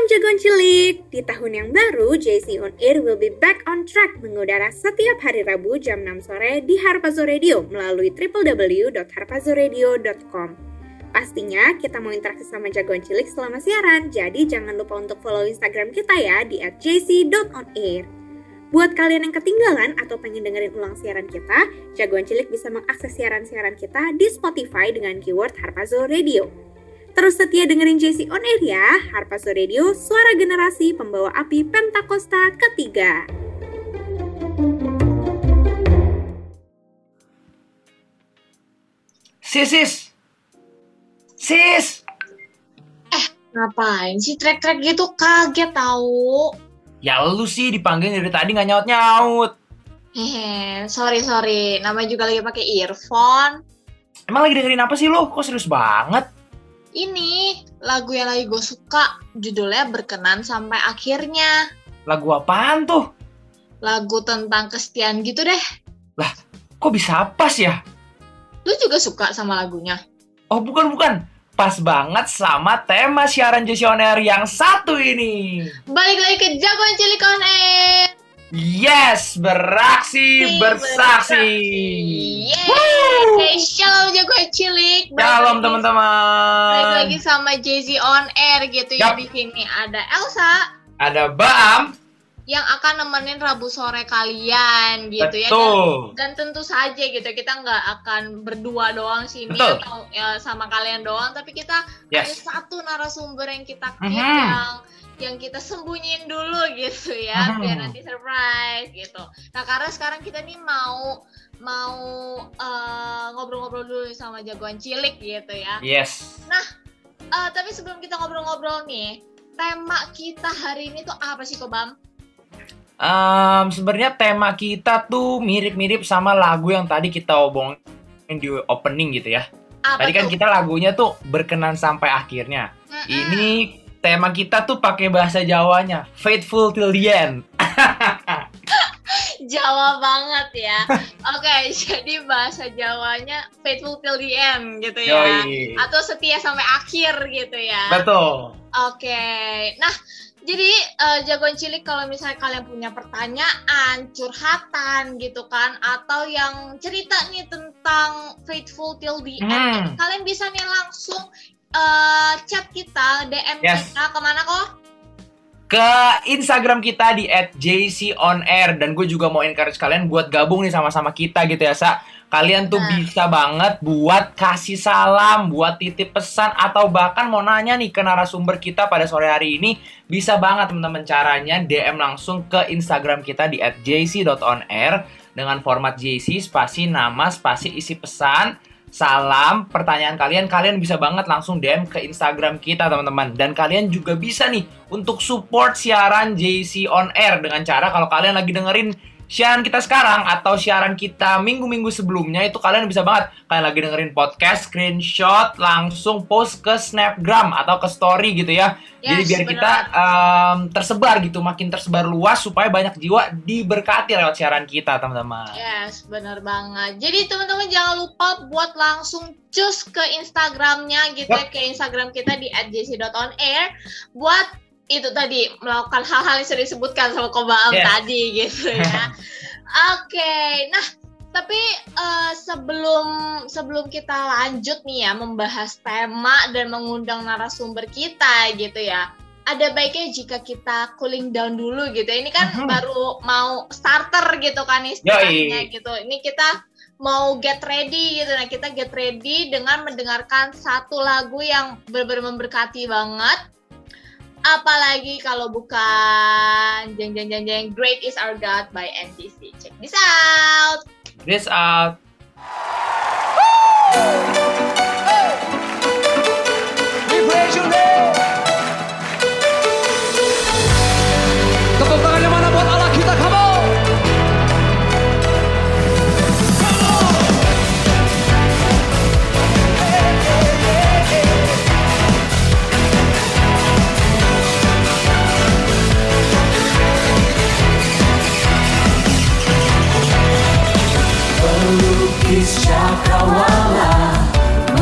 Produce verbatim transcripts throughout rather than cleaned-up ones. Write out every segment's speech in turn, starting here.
Jagoan Cilik. Di tahun yang baru, J C On Air will be back on track mengudara setiap hari Rabu jam enam sore di Harpazo Radio melalui w w w dot harpazo radio dot com. Pastinya kita mau interaksi sama Jagoan Cilik selama siaran, jadi jangan lupa untuk follow Instagram kita ya di at j c dot on air. Buat kalian yang ketinggalan atau pengen dengerin ulang siaran kita, Jagoan Cilik bisa mengakses siaran-siaran kita di Spotify dengan keyword Harpazo Radio. Terus setia dengerin J C On Air ya, Harpazo Radio, suara generasi pembawa api Pentakosta ketiga. Sis, sis, sis. Eh, ngapain sih trek-trek gitu? Kaget tahu. Ya lu sih dipanggil dari tadi nggak nyaut-nyaut. Hehe, sorry sorry, namanya juga lagi pakai earphone. Emang lagi dengerin apa sih lu? Kok serius banget? Ini lagu yang lagi gue suka, judulnya Berkenan Sampai Akhirnya. Lagu apaan tuh? Lagu tentang kesetiaan gitu deh. Lah, kok bisa pas ya? Lu juga suka sama lagunya? Oh bukan, bukan. Pas banget sama tema siaran J C On Air yang satu ini. Balik lagi ke Jagoan Cilik On Air. Yes, beraksi, Si, bersaksi. Yeay, shalom Jagoan Cilik. Shalom teman-teman. Balik lagi sama J C On Air gitu ya. Yap. Di sini ada Elsa Ada Baam. yang akan nemenin Rabu sore kalian gitu ya. Betul. Dan, dan tentu saja gitu kita nggak akan berdua doang sini Betul. atau ya, sama kalian doang, tapi kita Yes. ada satu narasumber yang kita keep Mhm. yang yang kita sembunyiin dulu gitu ya, Mhm. biar nanti surprise gitu. Nah karena sekarang kita nih mau mau uh, ngobrol-ngobrol dulu sama Jagoan Cilik gitu ya. Yes. Uh, tapi sebelum kita ngobrol-ngobrol nih, tema kita hari ini tuh apa sih Kobam? Um, sebenarnya tema kita tuh mirip-mirip sama lagu yang tadi kita omongin di opening gitu ya. Apa Tadi kan tuh? kita lagunya tuh Berkenan Sampai Akhirnya. Mm-mm. Ini tema kita tuh pakai bahasa Jawanya, Faithful Till the End. Jawa banget ya. Oke, jadi bahasa Jawanya faithful till the end gitu ya. Yoi. Atau setia sampai akhir gitu ya. Betul. Oke. Nah, jadi uh, Jagoan Cilik kalau misalnya kalian punya pertanyaan, curhatan gitu kan, atau yang cerita nih tentang faithful till the end, Hmm. kalian bisa nih langsung uh, chat kita, D M Yes. kita kemana kok? Ke Instagram kita di at j c on air. Dan gue juga mau encourage kalian buat gabung nih sama-sama kita gitu ya, Sa. Kalian tuh Nah. bisa banget buat kasih salam, buat titip pesan, atau bahkan mau nanya nih ke narasumber kita pada sore hari ini. Bisa banget teman-teman, caranya D M langsung ke Instagram kita di at j c dot on air dengan format J C, spasi nama, spasi isi pesan, salam, pertanyaan kalian. Kalian bisa banget langsung D M ke Instagram kita teman-teman. Dan kalian juga bisa nih untuk support siaran J C On Air dengan cara kalau kalian lagi dengerin siaran kita sekarang atau siaran kita minggu-minggu sebelumnya, itu kalian bisa banget, kalian lagi dengerin podcast, screenshot, langsung post ke Snapgram atau ke story gitu ya. Jadi Yes, biar bener. kita um, tersebar gitu, makin tersebar luas supaya banyak jiwa diberkati lewat siaran kita teman-teman. Yes, benar banget. Jadi teman-teman jangan lupa buat langsung cus ke Instagramnya gitu ya, Yap. ke Instagram kita di at j c dot on air buat itu tadi melakukan hal-hal yang sudah disebutkan sama Kobaam Yes. tadi gitu ya. Oke, nah tapi eh, sebelum sebelum kita lanjut nih ya membahas tema dan mengundang narasumber kita gitu ya, ada baiknya jika kita cooling down dulu gitu. Ini kan Mhm. baru mau starter gitu kan istilahnya Yoi. gitu. Ini kita mau get ready gitu. Nah kita get ready dengan mendengarkan satu lagu yang benar-benar memberkati banget. Apalagi kalau bukan jeng jeng jeng jeng Great Is Our God by N D C. Check this out. This out. Tepuk tangannya mana buat Allah kita, come on! Pelukis cakrawala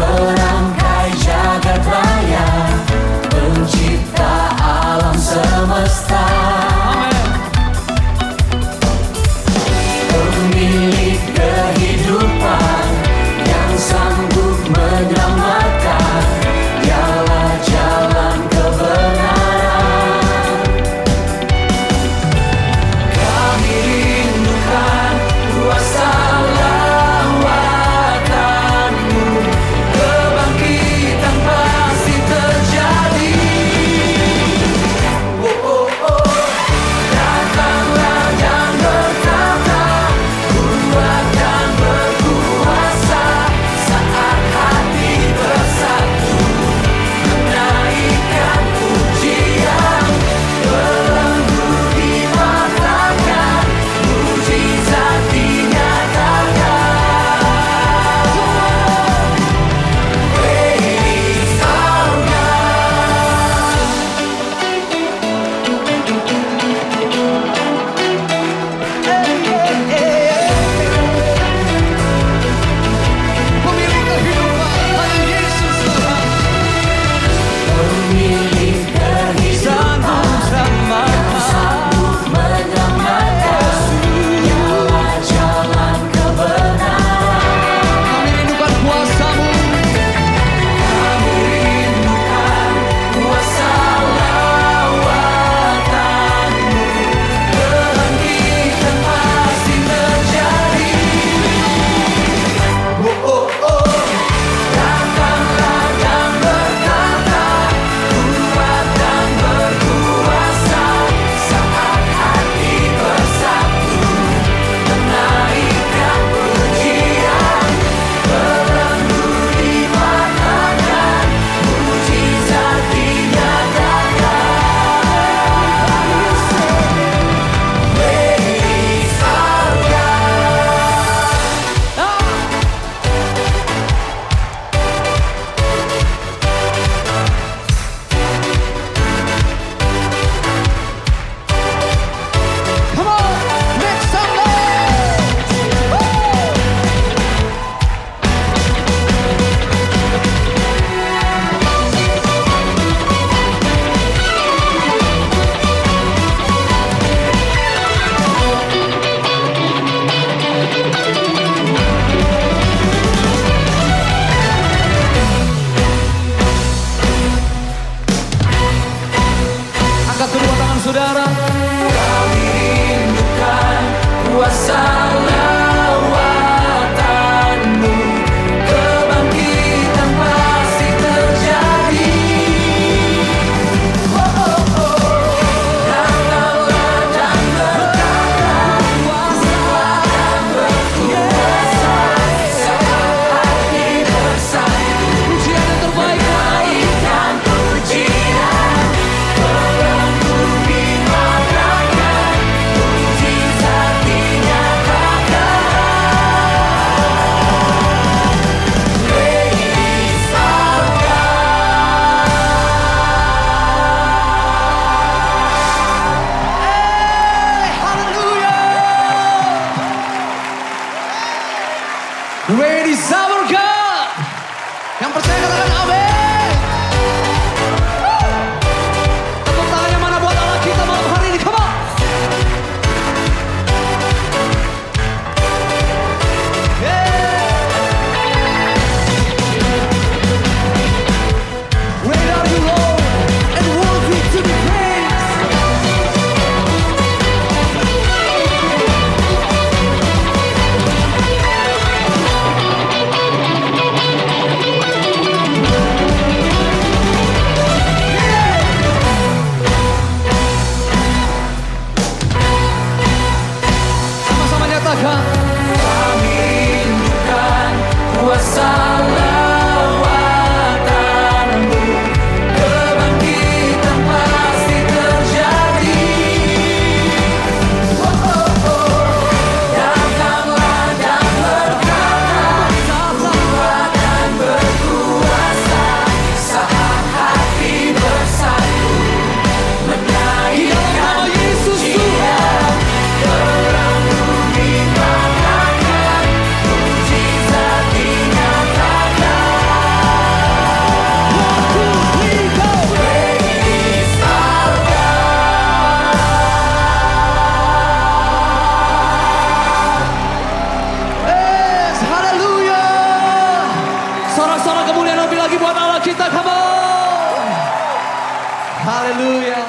tangan kemuliaan lebih lagi buat Allah kita. Come on. Haleluya.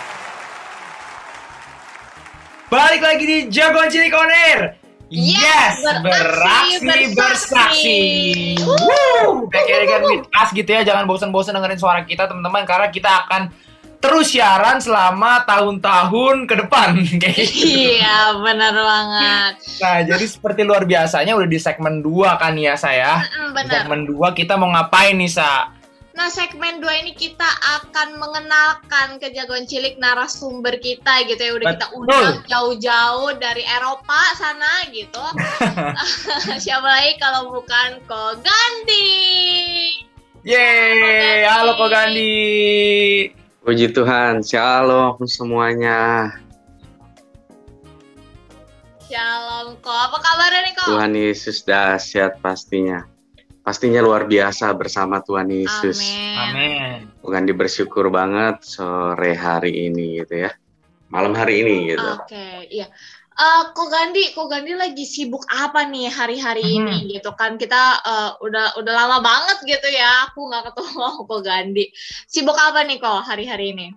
Balik lagi di Jagoan Cilik On Air. Yes, Yes, beraksi beraksi, bersaksi. Woo. Back again with us gitu ya, jangan bosan-bosan dengerin suara kita teman-teman, karena kita akan terus siaran selama tahun-tahun ke depan. Kayak gitu. Iya, benar banget. Nah, jadi seperti luar biasanya udah di segmen dua kan ya saya. Mm, Di benar. segmen dua kita mau ngapain nih, Sa? Nah, segmen dua ini kita akan mengenalkan ke Jagoan Cilik narasumber kita gitu ya. Udah kita Betul. undang jauh-jauh dari Eropa sana gitu. Siapa lagi kalau bukan Ko Gandhi. Yeay, halo Ko Gandhi. Puji Tuhan, shalom semuanya. Shalom Ko. Apa kabarnya nih Ko? Tuhan Yesus dahsyat pastinya. Pastinya luar biasa bersama Tuhan Yesus. Amin. Amin. Bukan dibersyukur banget sore hari ini gitu ya. Malam hari ini gitu. Oke, iya. Eh, Ko Gandhi, Ko Gandhi lagi sibuk apa nih hari-hari Hmm. ini gitu kan? Kita eh, udah udah lama banget gitu ya. Aku nggak ketemu sama Ko Gandhi. Sibuk apa nih Ko hari-hari ini?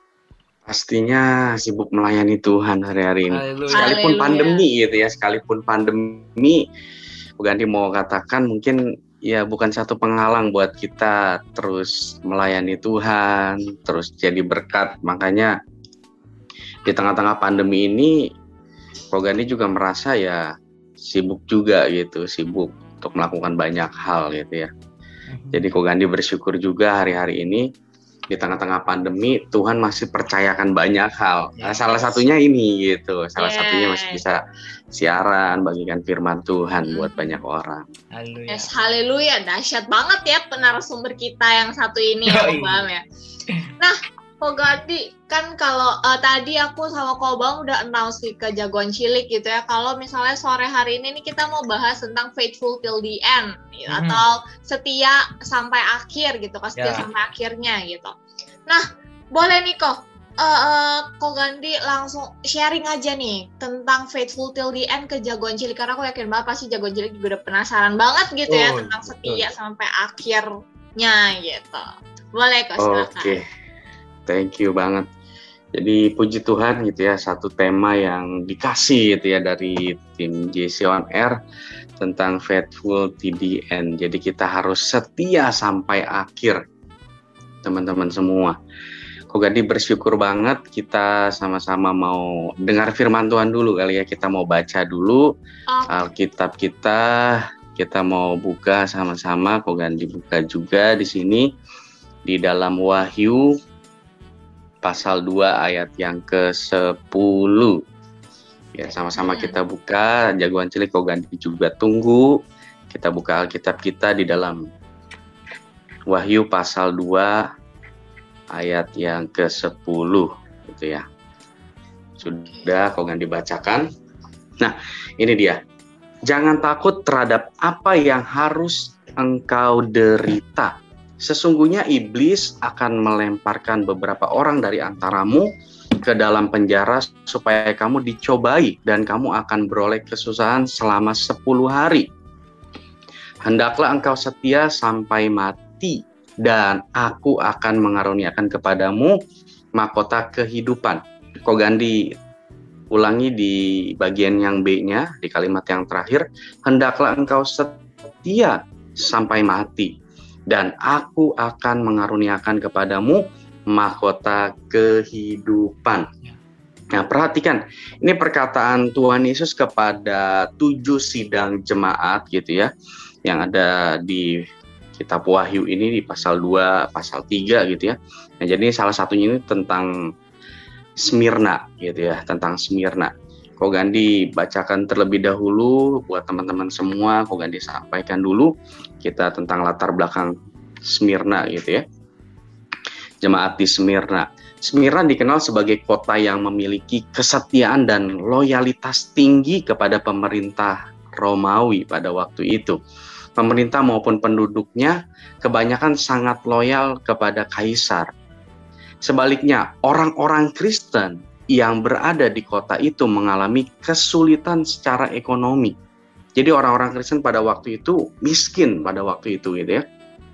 Pastinya sibuk melayani Tuhan hari-hari ini. Haleluya. Sekalipun Haleluya. pandemi gitu ya, sekalipun pandemi, Ganti mau katakan mungkin ya bukan satu penghalang buat kita terus melayani Tuhan, terus jadi berkat. Makanya di tengah-tengah pandemi ini, Rogani juga merasa ya sibuk juga gitu, sibuk untuk melakukan banyak hal gitu ya. Jadi Kogandi bersyukur juga hari-hari ini di tengah-tengah pandemi Tuhan masih percayakan banyak hal. Nah, Yes. salah satunya ini gitu. Salah Yes. satunya masih bisa siaran, bagikan firman Tuhan buat banyak orang. Haleluya. Yes, haleluya, dahsyat banget ya penarasumber kita yang satu ini ya, Yoi. Kobam ya. Nah, Kogandi, kan kalau uh, tadi aku sama Kobam udah announce nih ke Jagoan Cilik gitu ya, kalau misalnya sore hari ini nih kita mau bahas tentang faithful till the end, gitu, Mhm. atau setia sampai akhir gitu, kan setia Ya. sampai akhirnya gitu. Nah, boleh nih kok, uh, uh, Kogandi langsung sharing aja nih tentang faithful till the end ke Jagoan Cilik, karena aku yakin banget pasti Jagoan Cilik juga udah penasaran banget gitu ya Betul, tentang betul. setia sampai akhirnya gitu. Boleh kok, silakan. Oke, thank you banget. Jadi puji Tuhan gitu ya, satu tema yang dikasih gitu ya dari tim J C On Air tentang faithful to the end. Jadi kita harus setia sampai akhir, teman-teman semua. Kogandi bersyukur banget kita sama-sama mau dengar firman Tuhan dulu kali ya. Kita mau baca dulu Oke. Alkitab kita, kita mau buka sama-sama. Kogandi buka juga di sini di dalam Wahyu pasal dua ayat yang ke sepuluh. Ya, sama-sama kita buka. Jagoan Cilik Kogandi juga tunggu. Kita buka Alkitab kita di dalam Wahyu pasal dua ayat yang ke sepuluh gitu ya. Sudah Kogandi bacakan. Nah, ini dia. Jangan takut terhadap apa yang harus engkau derita. Sesungguhnya iblis akan melemparkan beberapa orang dari antaramu ke dalam penjara supaya kamu dicobai dan kamu akan beroleh kesusahan selama sepuluh hari. Hendaklah engkau setia sampai mati dan aku akan mengaruniakan kepadamu mahkota kehidupan. Kogandi ulangi di bagian yang B-nya, di kalimat yang terakhir. Hendaklah engkau setia sampai mati dan aku akan mengaruniakan kepadamu mahkota kehidupan. Nah, perhatikan, ini perkataan Tuhan Yesus kepada tujuh sidang jemaat gitu ya, yang ada di kitab Wahyu ini di pasal dua, pasal tiga gitu ya. Nah, jadi salah satunya ini tentang Smyrna gitu ya, tentang Smyrna. Kogandi bacakan terlebih dahulu buat teman-teman semua. Kogandi sampaikan dulu kita tentang latar belakang Smyrna gitu ya. Jemaat di Smyrna. Smyrna dikenal sebagai kota yang memiliki kesetiaan dan loyalitas tinggi kepada pemerintah Romawi pada waktu itu. Pemerintah maupun penduduknya kebanyakan sangat loyal kepada kaisar. Sebaliknya, orang-orang Kristen yang berada di kota itu mengalami kesulitan secara ekonomi. Jadi orang-orang Kristen pada waktu itu miskin pada waktu itu gitu ya.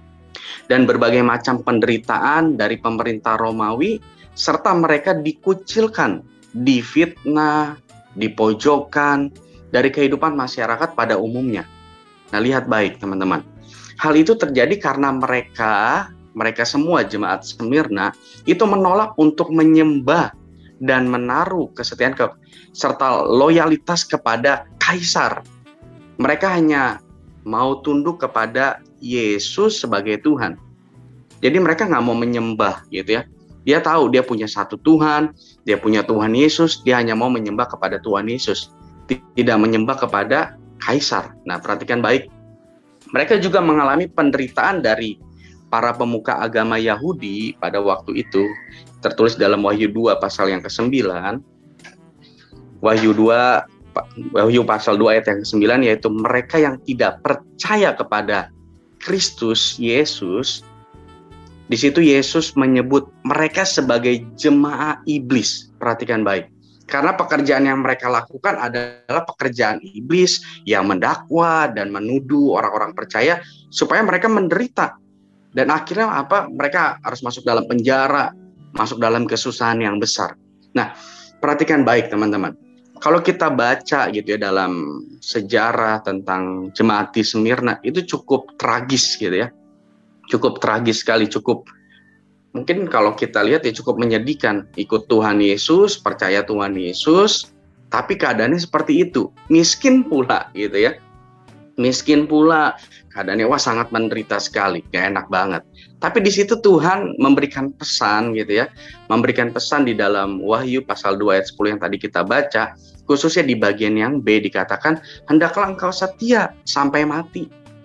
dan berbagai macam penderitaan dari pemerintah Romawi, serta mereka dikucilkan, difitnah, dipojokkan dari kehidupan masyarakat pada umumnya. Nah, lihat baik teman-teman. Hal itu terjadi karena mereka, mereka semua jemaat Smyrna itu menolak untuk menyembah dan menaruh kesetiaan ke, serta loyalitas kepada kaisar. Mereka hanya mau tunduk kepada Yesus sebagai Tuhan. Jadi mereka nggak mau menyembah gitu ya. Dia tahu dia punya satu Tuhan, dia punya Tuhan Yesus, dia hanya mau menyembah kepada Tuhan Yesus, tidak menyembah kepada kaisar. Nah, perhatikan baik. Mereka juga mengalami penderitaan dari para pemuka agama Yahudi pada waktu itu, tertulis dalam Wahyu dua pasal yang kesembilan. Wahyu dua Wahyu pasal dua ayat yang kesembilan, yaitu mereka yang tidak percaya kepada Kristus Yesus. Di situ Yesus menyebut mereka sebagai jemaah iblis. Perhatikan baik. Karena pekerjaan yang mereka lakukan adalah pekerjaan iblis yang mendakwa dan menuduh orang-orang percaya supaya mereka menderita. Dan akhirnya apa? Mereka harus masuk dalam penjara, masuk dalam kesusahan yang besar. Nah, perhatikan baik teman-teman. Kalau kita baca gitu ya dalam sejarah tentang jemaat di Smyrna, itu cukup tragis gitu ya. Cukup tragis sekali, cukup mungkin kalau kita lihat ya cukup menyedihkan. Ikut Tuhan Yesus, percaya Tuhan Yesus, tapi keadaannya seperti itu. Miskin pula gitu ya. Miskin pula, keadaannya wah sangat menderita sekali, gak enak banget. Tapi di situ Tuhan memberikan pesan gitu ya. Memberikan pesan di dalam Wahyu pasal dua ayat sepuluh yang tadi kita baca, khususnya di bagian yang B dikatakan, hendaklah engkau setia sampai mati.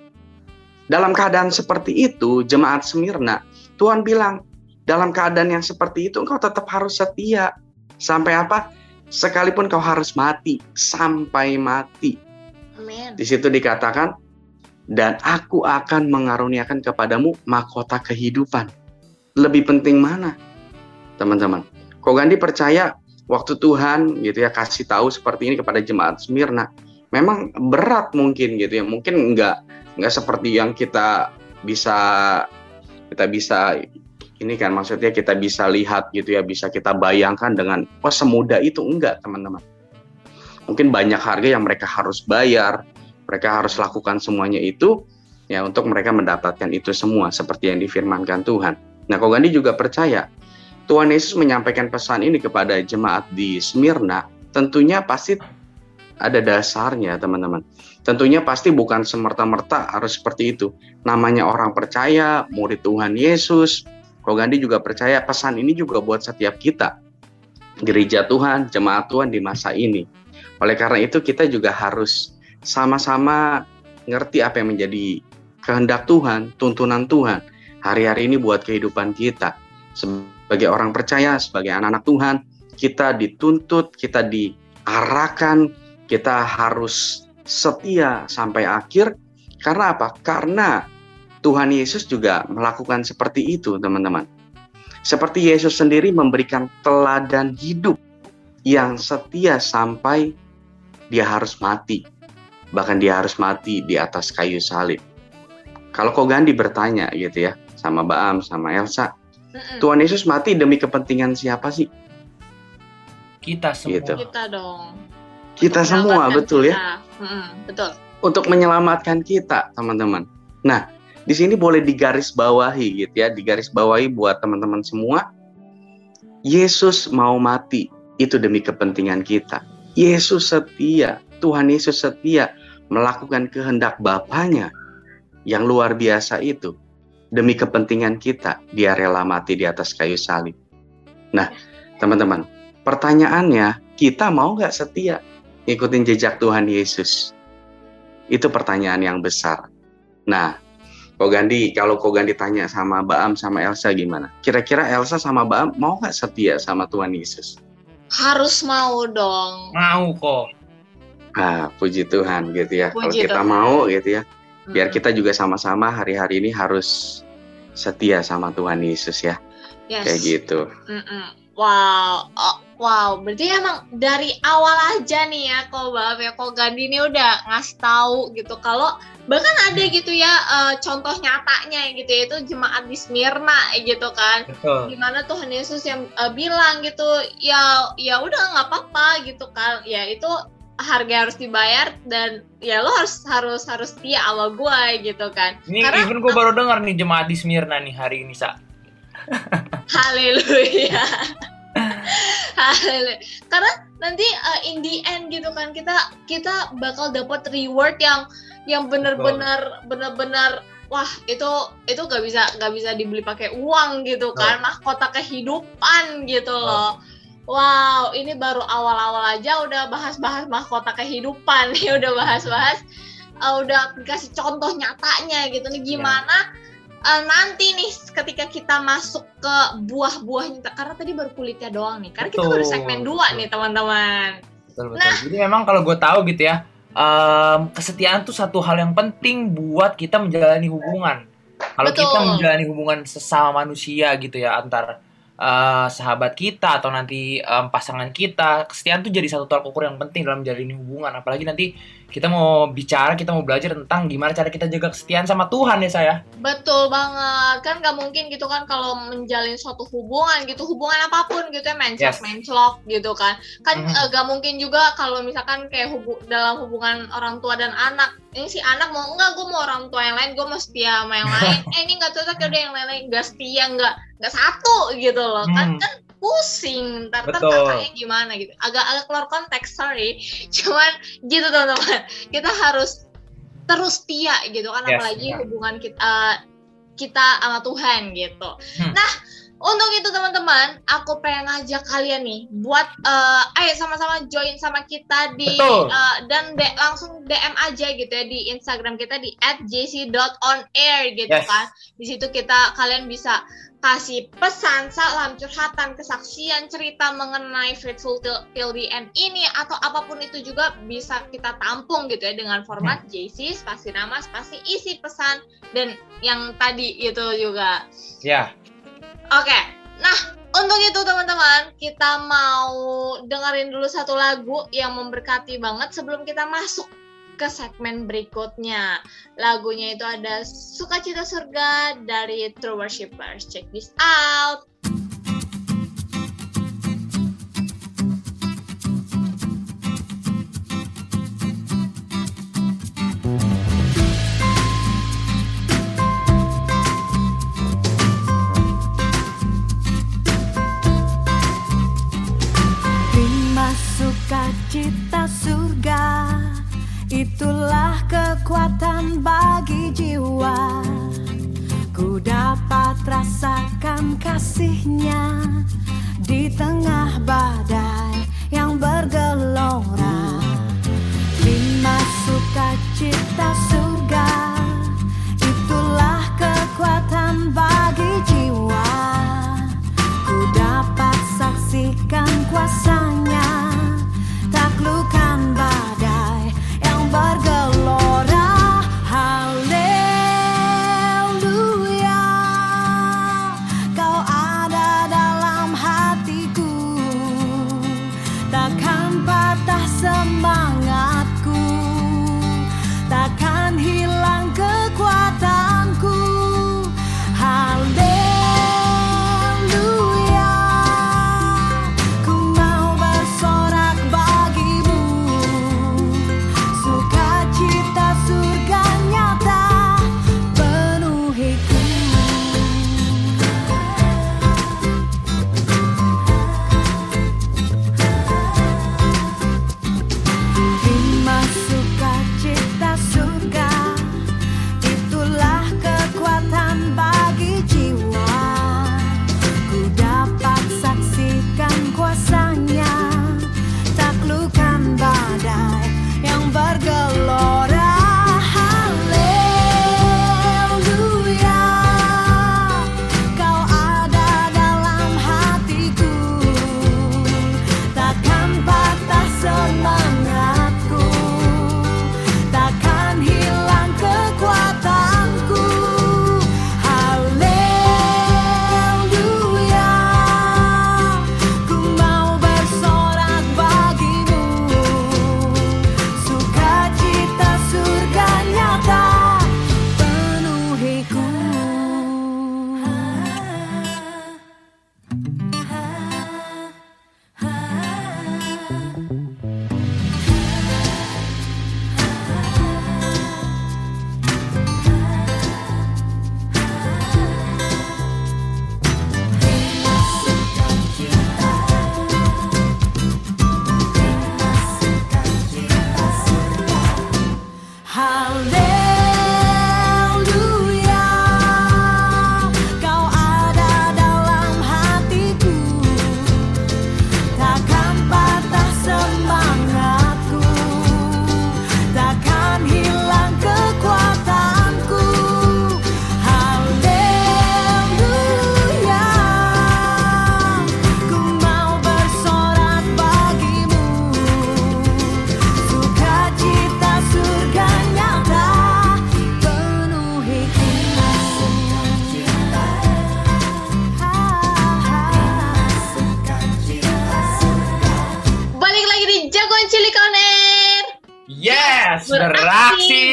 Dalam keadaan seperti itu, jemaat Smyrna, Tuhan bilang, dalam keadaan yang seperti itu engkau tetap harus setia. Sampai apa? Sekalipun kau harus mati, sampai mati. Amin. Di situ dikatakan, dan aku akan mengaruniakan kepadamu mahkota kehidupan. Lebih penting mana, teman-teman? Ko Gandhi percaya waktu Tuhan gitu ya kasih tahu seperti ini kepada jemaat Smyrna, memang berat mungkin gitu ya, mungkin enggak enggak seperti yang kita bisa kita bisa ini kan maksudnya kita bisa lihat gitu ya, bisa kita bayangkan dengan wah semudah itu, enggak teman-teman. Mungkin banyak harga yang mereka harus bayar, mereka harus lakukan semuanya itu ya untuk mereka mendapatkan itu semua seperti yang difirmankan Tuhan. Nah, Ko Gandhi juga percaya Tuhan Yesus menyampaikan pesan ini kepada jemaat di Smyrna, tentunya pasti ada dasarnya teman-teman. Tentunya pasti bukan semerta-merta harus seperti itu. Namanya orang percaya, murid Tuhan Yesus. Ko Gandhi juga percaya pesan ini juga buat setiap kita, gereja Tuhan, jemaat Tuhan di masa ini. Oleh karena itu kita juga harus sama-sama ngerti apa yang menjadi kehendak Tuhan, tuntunan Tuhan hari-hari ini buat kehidupan kita. Sebagai orang percaya, sebagai anak-anak Tuhan, kita dituntut, kita diarahkan, kita harus setia sampai akhir. Karena apa? Karena Tuhan Yesus juga melakukan seperti itu, teman-teman. Seperti Yesus sendiri memberikan teladan hidup yang setia sampai dia harus mati. Bahkan dia harus mati di atas kayu salib. Kalau Ko Gandhi bertanya gitu ya, sama Baam, sama Elsa, Mm-mm. Tuhan Yesus mati demi kepentingan siapa sih? Kita semua. Gitu. Kita dong. Kita semua, betul kita. ya? Mm-mm, betul. Untuk menyelamatkan kita, teman-teman. Nah, di sini boleh digaris bawahi gitu ya, digaris bawahi buat teman-teman semua. Yesus mau mati itu demi kepentingan kita. Yesus setia, Tuhan Yesus setia melakukan kehendak Bapanya yang luar biasa itu demi kepentingan kita. Dia rela mati di atas kayu salib. Nah, teman-teman, pertanyaannya, kita mau nggak setia ikutin jejak Tuhan Yesus? Itu pertanyaan yang besar. Nah, Ko Gandhi, kalau Ko Gandhi tanya sama Baam sama Elsa gimana? Kira-kira Elsa sama Baam mau nggak setia sama Tuhan Yesus? Harus mau dong. Mau kok. Ah, puji Tuhan gitu ya. Puji Kalau kita Tuhan. mau gitu ya, biar Mm. kita juga sama-sama hari-hari ini harus setia sama Tuhan Yesus ya. Yes. Kayak gitu. Mm-mm. Wow, oh, wow. Berarti emang dari awal aja nih ya, Ko Baam ya, Ko Gandhi ini udah ngasih tahu gitu kalau Bahkan ada gitu ya uh, contoh nyatanya gitu ya, itu jemaat di Smyrna gitu kan. Betul. Gimana Tuhan Yesus yang uh, bilang gitu, ya ya udah nggak apa-apa gitu kan. Ya itu harga harus dibayar dan ya lo harus harus harus setia sama gue gitu kan. Ini Karena, even gue baru dengar nih jemaat di Smyrna nih hari ini, Sa. Haleluya. Haleluya. Karena nanti uh, in the end gitu kan kita kita bakal dapat reward yang yang benar-benar benar-benar wah itu itu gak bisa gak bisa dibeli pakai uang gitu kan. Oh. Mahkota kehidupan gitu loh. Wow, ini baru awal-awal aja udah bahas-bahas mahkota kehidupan nih, udah bahas-bahas uh, udah kasih contoh nyatanya gitu nih gimana yeah. Uh, nanti nih ketika kita masuk ke buah-buahnya, karena tadi baru kulitnya doang nih, karena betul, kita baru segmen dua nih teman-teman. Betul, betul. Nah, jadi memang kalau gue tahu gitu ya, um, kesetiaan tuh satu hal yang penting buat kita menjalani hubungan. Kalau kita menjalani hubungan sesama manusia gitu ya, antar uh, sahabat kita atau nanti um, pasangan kita, kesetiaan tuh jadi satu tolak ukur yang penting dalam menjalani hubungan. Apalagi nanti kita mau bicara, kita mau belajar tentang gimana cara kita jaga kesetiaan sama Tuhan ya saya. Betul banget, kan gak mungkin gitu kan kalau menjalin suatu hubungan gitu, hubungan apapun gitu ya, menclok-menclok yes. gitu kan. Kan mm-hmm. uh, gak mungkin juga kalau misalkan kayak hubu- dalam hubungan orang tua dan anak, ini si anak mau, enggak gue mau orang tua yang lain, gue mau setia sama yang lain, eh ini gak cocok ya udah yang lain-lain, gak setia, gak, gak satu gitu loh, mm. kan kan pusing, ntar ntar kakaknya gimana gitu, agak-agak keluar konteks, sorry, cuman gitu teman-teman, kita harus terus setia gitu kan, yes, apalagi yeah. hubungan kita uh, kita sama Tuhan gitu. Hmm. Nah, untuk itu teman-teman, aku pengen ngajak kalian nih buat uh, ayo sama-sama join sama kita di uh, dan de- langsung D M aja gitu ya di Instagram kita di at j c dot on air gitu yes. kan. Di situ kita kalian bisa kasih pesan, salam, curhatan, kesaksian, cerita mengenai Faithful Till, Till the End ini atau apapun itu juga bisa kita tampung gitu ya dengan format hmm. J C spasi nama spasi isi pesan dan yang tadi itu juga. Ya. Yeah. Oke. Okay. Nah, untuk itu teman-teman, kita mau dengerin dulu satu lagu yang memberkati banget sebelum kita masuk ke segmen berikutnya. Lagunya itu ada Sukacita Surga dari True Worshippers. Check this out. Lima sukacita surga, itulah kekuatan bagi jiwa. Ku dapat rasakan kasih-Nya di tengah badai yang bergelora. Lima sukacita surga, itulah kekuatan bagi jiwa. Ku dapat saksikan kuasa-Nya, taklukkan badai yang bergelora. Haleluya, Kau ada dalam hatiku, takkan patah semangatku, takkan hilang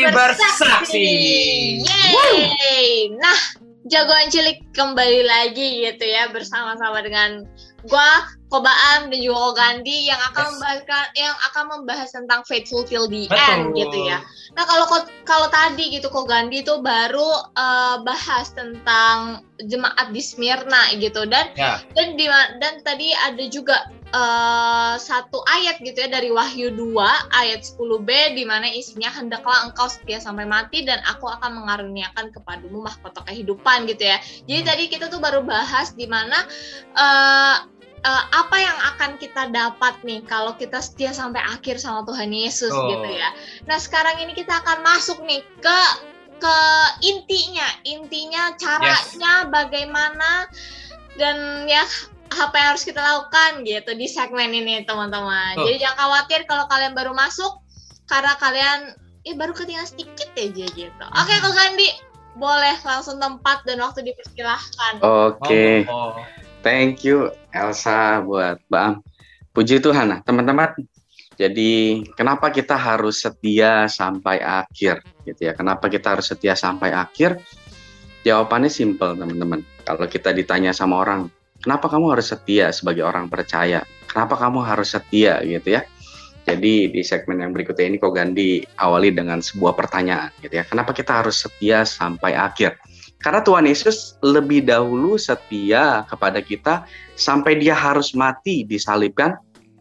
bersaksi. Yeay. Nah, jagoan cilik kembali lagi gitu ya bersama-sama dengan gua, Kobaam dan juga Kogandi yang akan Yes. membahas yang akan membahas tentang faithful till the Betul. end gitu ya. Nah, kalau kalau tadi gitu Kogandi itu baru uh, bahas tentang jemaat di Smyrna gitu dan Ya. dan di, dan tadi ada juga uh, satu ayat gitu ya dari Wahyu dua ayat sepuluh b di mana isinya hendaklah engkau setia sampai mati dan aku akan mengaruniakan kepadamu mahkota kehidupan gitu ya. Jadi Hmm. tadi kita tuh baru bahas di mana uh, uh, apa yang akan kita dapat nih kalau kita setia sampai akhir sama Tuhan Yesus Oh. gitu ya. Nah, sekarang ini kita akan masuk nih ke ke intinya, intinya caranya bagaimana dan ya apa yang harus kita lakukan gitu di segmen ini teman-teman. Oh. Jadi jangan khawatir kalau kalian baru masuk karena kalian eh baru ketinggalan sedikit aja gitu. Oke, Kak Gandhi, boleh langsung tempat dan waktu dipersilahkan. Oke, Oh, oh. thank you Elsa buat Bang. Puji Tuhan, nah teman-teman. Jadi kenapa kita harus setia sampai akhir gitu ya? Kenapa kita harus setia sampai akhir? Jawabannya simpel teman-teman. Kalau kita ditanya sama orang, kenapa kamu harus setia sebagai orang percaya? Kenapa kamu harus setia gitu ya? Jadi di segmen yang berikutnya ini Kogandi awali dengan sebuah pertanyaan gitu ya. Kenapa kita harus setia sampai akhir? Karena Tuhan Yesus lebih dahulu setia kepada kita sampai dia harus mati disalibkan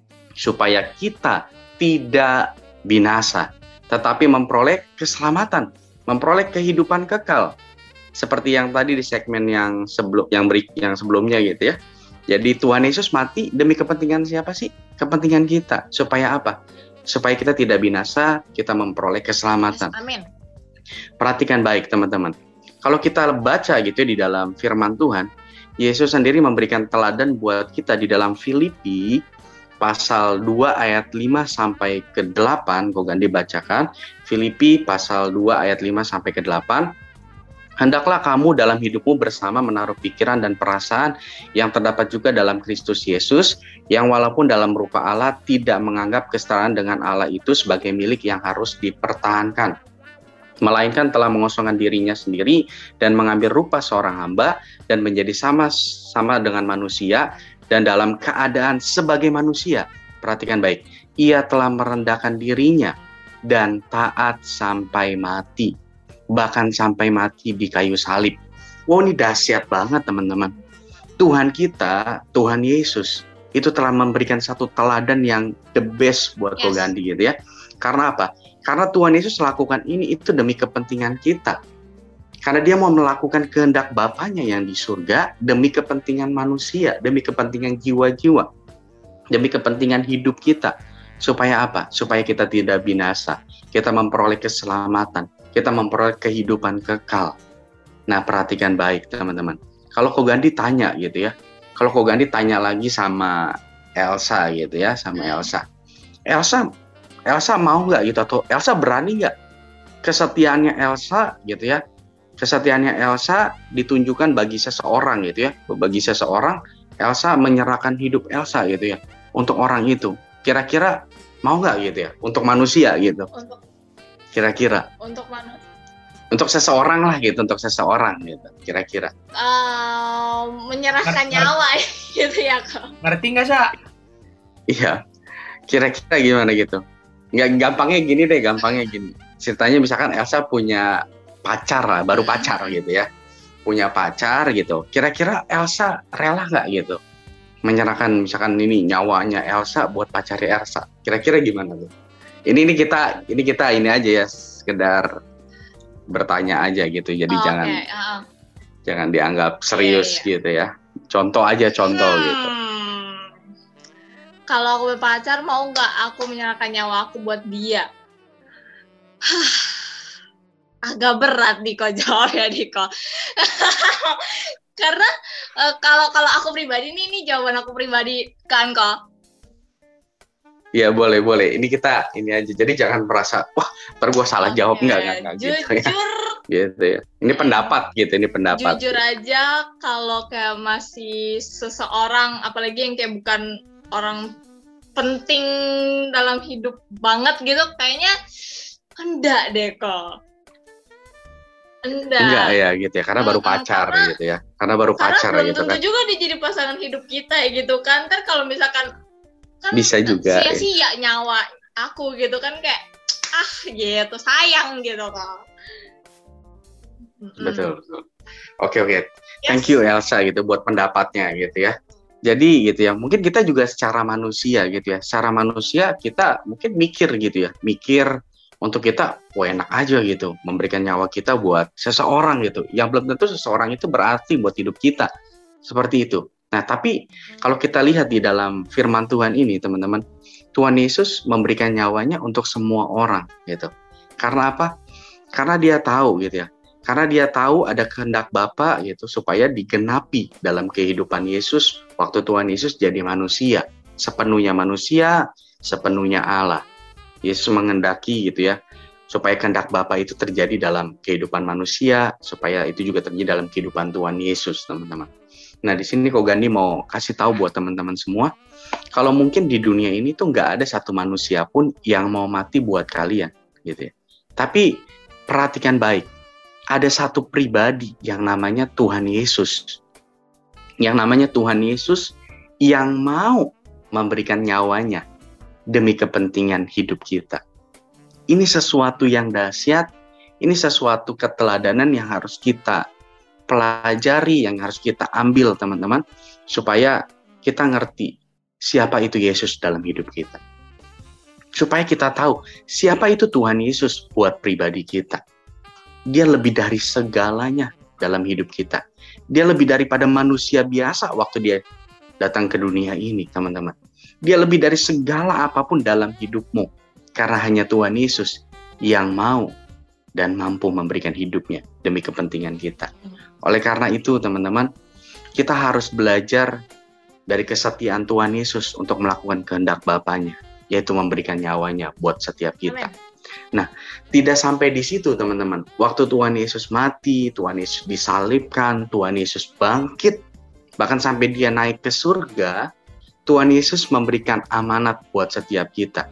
supaya kita tidak binasa, tetapi memperoleh keselamatan, memperoleh kehidupan kekal. Seperti yang tadi di segmen yang sebelum yang beri, yang sebelumnya gitu ya. Jadi Tuhan Yesus mati demi kepentingan siapa sih? Kepentingan kita. Supaya apa? Supaya kita tidak binasa, kita memperoleh keselamatan. Yes, amin. Perhatikan baik teman-teman. Kalau kita baca gitu di dalam firman Tuhan, Yesus sendiri memberikan teladan buat kita di dalam Filipi pasal dua ayat lima sampai ke delapan. Kogandi bacakan Filipi pasal dua ayat lima sampai ke delapan. Hendaklah kamu dalam hidupmu bersama menaruh pikiran dan perasaan yang terdapat juga dalam Kristus Yesus, yang walaupun dalam rupa Allah tidak menganggap kesetaraan dengan Allah itu sebagai milik yang harus dipertahankan, melainkan telah mengosongkan dirinya sendiri dan mengambil rupa seorang hamba dan menjadi sama sama dengan manusia, dan dalam keadaan sebagai manusia, perhatikan baik, ia telah merendahkan dirinya dan taat sampai mati, bahkan sampai mati di kayu salib. Wow, ini dahsyat banget teman-teman. Tuhan kita, Tuhan Yesus, itu telah memberikan satu teladan yang the best buat Yes. Kogandi gitu ya. Karena apa? Karena Tuhan Yesus lakukan ini itu demi kepentingan kita. Karena dia mau melakukan kehendak Bapaknya yang di surga demi kepentingan manusia, demi kepentingan jiwa-jiwa, demi kepentingan hidup kita. Supaya apa? Supaya kita tidak binasa, kita memperoleh keselamatan, kita memperoleh kehidupan kekal. Nah, perhatikan baik teman-teman. Kalau Kogandi tanya gitu ya, kalau Kogandi tanya lagi sama Elsa gitu ya, sama Elsa. Elsa, Elsa mau nggak gitu, atau Elsa berani nggak? Kesetiaannya Elsa gitu ya, kesetiaannya Elsa ditunjukkan bagi seseorang gitu ya, bagi seseorang Elsa menyerahkan hidup Elsa gitu ya untuk orang itu. Kira-kira mau nggak gitu ya untuk manusia gitu? Untuk Kira-kira untuk mana? untuk seseorang lah gitu, untuk seseorang gitu. Kira-kira. Uh, menyerahkan Ngerti. nyawa gitu ya kak. Ngerti nggak, Sa? Iya. Kira-kira gimana gitu? Nggak, gampangnya gini deh, gampangnya gini. Ceritanya misalkan Elsa punya pacar lah, baru pacar gitu ya. Punya pacar gitu. Kira-kira Elsa rela nggak gitu menyerahkan misalkan ini nyawanya Elsa buat pacarnya Elsa? Kira-kira gimana tuh? Ini ini kita ini kita ini aja ya, sekedar bertanya aja gitu. Jadi Oh, jangan oke, uh-uh. jangan dianggap serius Iya, iya. gitu ya. Contoh aja contoh Hmm. gitu. Kalau aku berpacar mau nggak aku menyerahkan nyawa aku buat dia? Agak berat Diko jawabnya Diko. Karena eh, kalau kalau aku pribadi nih ini jawaban aku pribadi kan kok. Iya boleh boleh. Ini kita ini aja. Jadi jangan merasa wah ntar gue salah jawab Oke, enggak enggak, enggak gitu ya. Jujur Gitu ya. Ini pendapat gitu. Ini pendapat. jujur aja kalau kayak masih seseorang apalagi yang kayak bukan orang penting dalam hidup banget gitu kayaknya Enggak deh kok. Enggak. Enggak ya gitu ya, karena baru Mm-mm, pacar karena- gitu ya. Karena baru Karena pacar belum gitu tentu kan. juga dia jadi pasangan hidup kita ya gitu kan. Kan kalau misalkan kan Bisa juga, ya. sia-sia nyawa aku gitu kan, kayak ah gitu, sayang gitu kan. Mm-mm. Betul, betul. Oke, oke. Yes. Thank you Elsa gitu buat pendapatnya gitu ya. Jadi gitu ya, mungkin kita juga secara manusia gitu ya. Secara manusia kita mungkin mikir gitu ya. Mikir untuk kita, wah enak aja gitu. Memberikan nyawa kita buat seseorang gitu. Yang belum tentu seseorang itu berarti buat hidup kita. Seperti itu. Nah, tapi kalau kita lihat di dalam firman Tuhan ini teman-teman, Tuhan Yesus memberikan nyawanya untuk semua orang gitu. Karena apa? Karena dia tahu gitu ya. Karena dia tahu ada kehendak Bapa gitu supaya digenapi dalam kehidupan Yesus waktu Tuhan Yesus jadi manusia, sepenuhnya manusia, sepenuhnya Allah. Yesus mengendaki gitu ya, supaya kehendak Bapa itu terjadi dalam kehidupan manusia, supaya itu juga terjadi dalam kehidupan Tuhan Yesus, teman-teman. Nah, di sini Ko Gandhi mau kasih tahu buat teman-teman semua, kalau mungkin di dunia ini tuh nggak ada satu manusia pun yang mau mati buat kalian, gitu ya. Tapi perhatikan baik. Ada satu pribadi yang namanya Tuhan Yesus. Yang namanya Tuhan Yesus yang mau memberikan nyawanya demi kepentingan hidup kita. Ini sesuatu yang dahsyat, ini sesuatu keteladanan yang harus kita pelajari, yang harus kita ambil teman-teman, supaya kita ngerti siapa itu Yesus dalam hidup kita. Supaya kita tahu siapa itu Tuhan Yesus buat pribadi kita. Dia lebih dari segalanya dalam hidup kita. Dia lebih daripada manusia biasa waktu dia datang ke dunia ini, teman-teman. Dia lebih dari segala apapun dalam hidupmu. Karena hanya Tuhan Yesus yang mau dan mampu memberikan hidupnya demi kepentingan kita. Oleh karena itu, teman-teman, kita harus belajar dari kesetiaan Tuhan Yesus untuk melakukan kehendak Bapanya, yaitu memberikan nyawanya buat setiap kita. Amen. Nah, tidak sampai di situ teman-teman. Waktu Tuhan Yesus mati, Tuhan Yesus disalibkan, Tuhan Yesus bangkit, bahkan sampai dia naik ke surga, Tuhan Yesus memberikan amanat buat setiap kita.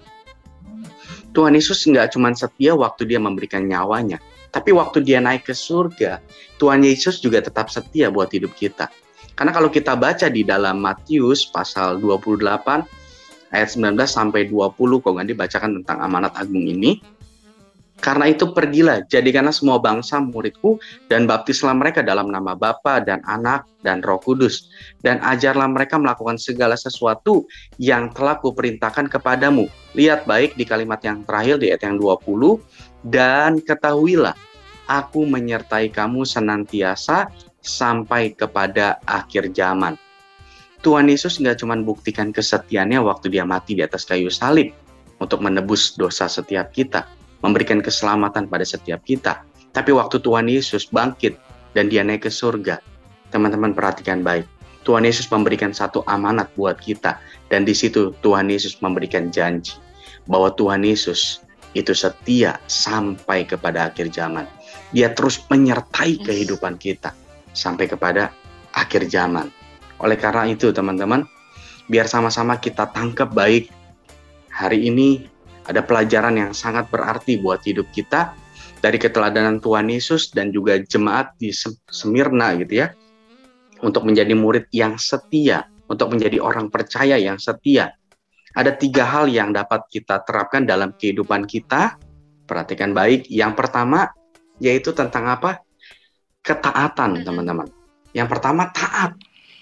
Tuhan Yesus nggak cuma setia waktu dia memberikan nyawanya, tapi waktu dia naik ke surga, Tuhan Yesus juga tetap setia buat hidup kita. Karena kalau kita baca di dalam Matius pasal dua puluh delapan, ayat sembilan belas sampai dua puluh, Ko Gandhi bacakan tentang amanat agung ini. Karena itu pergilah, jadikanlah semua bangsa muridku, dan baptislah mereka dalam nama Bapa dan Anak dan Roh Kudus. Dan ajarlah mereka melakukan segala sesuatu yang telah kuperintahkan kepadamu. Lihat baik di kalimat yang terakhir di ayat yang dua puluh. Dan ketahuilah, aku menyertai kamu senantiasa sampai kepada akhir zaman. Tuhan Yesus nggak cuma buktikan kesetiaannya waktu dia mati di atas kayu salib untuk menebus dosa setiap kita, memberikan keselamatan pada setiap kita. Tapi waktu Tuhan Yesus bangkit dan dia naik ke surga, teman-teman perhatikan baik. Tuhan Yesus memberikan satu amanat buat kita, dan di situ Tuhan Yesus memberikan janji bahwa Tuhan Yesus itu setia sampai kepada akhir zaman. Dia terus menyertai kehidupan kita sampai kepada akhir zaman. Oleh karena itu teman-teman, biar sama-sama kita tangkap baik. Hari ini ada pelajaran yang sangat berarti buat hidup kita dari keteladanan Tuhan Yesus dan juga jemaat di Smyrna gitu ya. Untuk menjadi murid yang setia, untuk menjadi orang percaya yang setia. Ada tiga hal yang dapat kita terapkan dalam kehidupan kita. Perhatikan baik. Yang pertama yaitu tentang apa? Ketaatan, teman-teman. Yang pertama taat.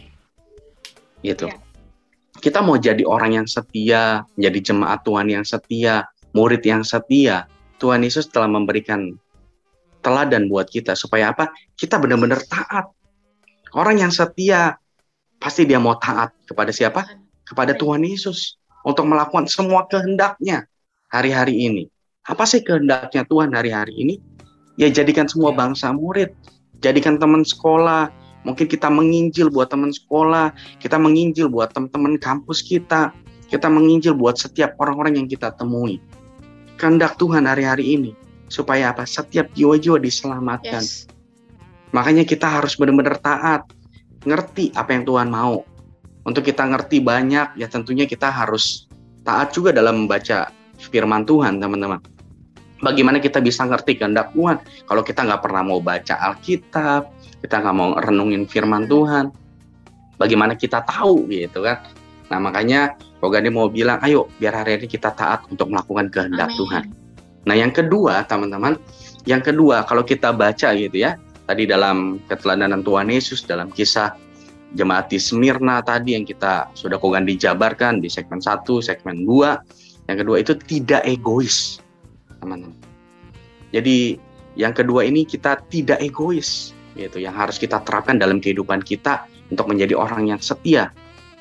Gitu. Ya. Kita mau jadi orang yang setia, menjadi jemaat Tuhan yang setia, murid yang setia. Tuhan Yesus telah memberikan teladan buat kita supaya apa? Kita benar-benar taat. Orang yang setia pasti dia mau taat kepada siapa? Kepada Tuhan Yesus untuk melakukan semua kehendaknya hari-hari ini. Apa sih kehendaknya Tuhan hari-hari ini? Ya jadikan semua bangsa murid, jadikan teman sekolah. Mungkin kita menginjil buat teman sekolah, kita menginjil buat teman-teman kampus kita, kita menginjil buat setiap orang-orang yang kita temui. Kehendak Tuhan hari-hari ini, supaya apa? Setiap jiwa-jiwa diselamatkan. Yes. Makanya kita harus benar-benar taat, ngerti apa yang Tuhan mau. Untuk kita ngerti banyak, ya tentunya kita harus taat juga dalam membaca firman Tuhan, teman-teman. Bagaimana kita bisa ngerti kehendak Tuhan kalau kita nggak pernah mau baca Alkitab, kita nggak mau renungin firman Tuhan? Bagaimana kita tahu gitu kan? Nah makanya Ko Gandhi mau bilang, ayo biar hari ini kita taat untuk melakukan kehendak Amin. Tuhan. Nah yang kedua teman-teman, yang kedua kalau kita baca gitu ya, tadi dalam keteladanan Tuhan Yesus, dalam kisah jemaat di Smyrna tadi yang kita sudah Ko Gandhi jabarkan di segmen satu, segmen dua. Yang kedua itu tidak egois, teman-teman. Jadi yang kedua ini kita tidak egois, gitu, yang harus kita terapkan dalam kehidupan kita untuk menjadi orang yang setia.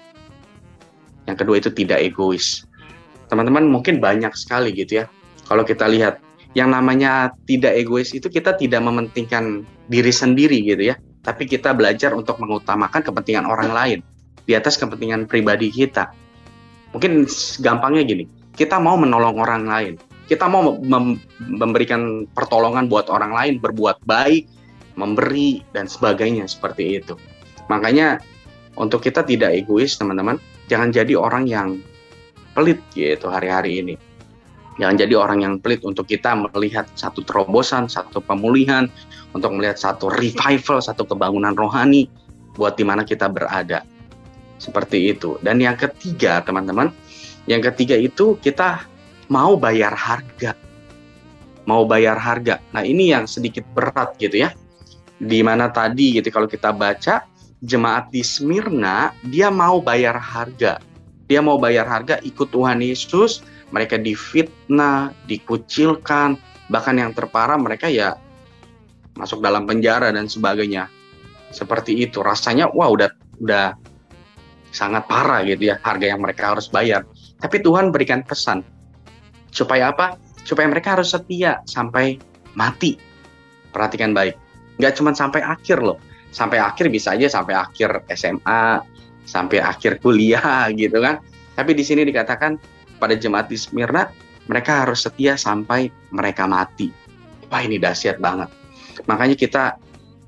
Yang kedua itu tidak egois. Teman-teman mungkin banyak sekali gitu ya. Kalau kita lihat yang namanya tidak egois itu kita tidak mementingkan diri sendiri gitu ya. Tapi kita belajar untuk mengutamakan kepentingan orang lain di atas kepentingan pribadi kita. Mungkin gampangnya gini, kita mau menolong orang lain. Kita mau mem- memberikan pertolongan buat orang lain, berbuat baik, memberi, dan sebagainya seperti itu. Makanya untuk kita tidak egois teman-teman, jangan jadi orang yang pelit gitu hari-hari ini. Jangan jadi orang yang pelit untuk kita melihat satu terobosan, satu pemulihan, untuk melihat satu revival, satu kebangunan rohani buat di mana kita berada. Seperti itu. Dan yang ketiga teman-teman, yang ketiga itu kita mau bayar harga. Mau bayar harga. Nah ini yang sedikit berat gitu ya. Di mana tadi gitu kalau kita baca, jemaat di Smyrna, dia mau bayar harga. Dia mau bayar harga ikut Tuhan Yesus, mereka difitnah, dikucilkan, bahkan yang terparah mereka ya masuk dalam penjara dan sebagainya. Seperti itu, rasanya wah udah udah sangat parah gitu ya, harga yang mereka harus bayar. Tapi Tuhan berikan pesan, supaya apa? Supaya mereka harus setia sampai mati. Perhatikan baik, nggak cuma sampai akhir loh. Sampai akhir bisa aja sampai akhir S M A, sampai akhir kuliah gitu kan. Tapi di sini dikatakan pada jemaat di Smyrna, mereka harus setia sampai mereka mati. Wah ini dahsyat banget. Makanya kita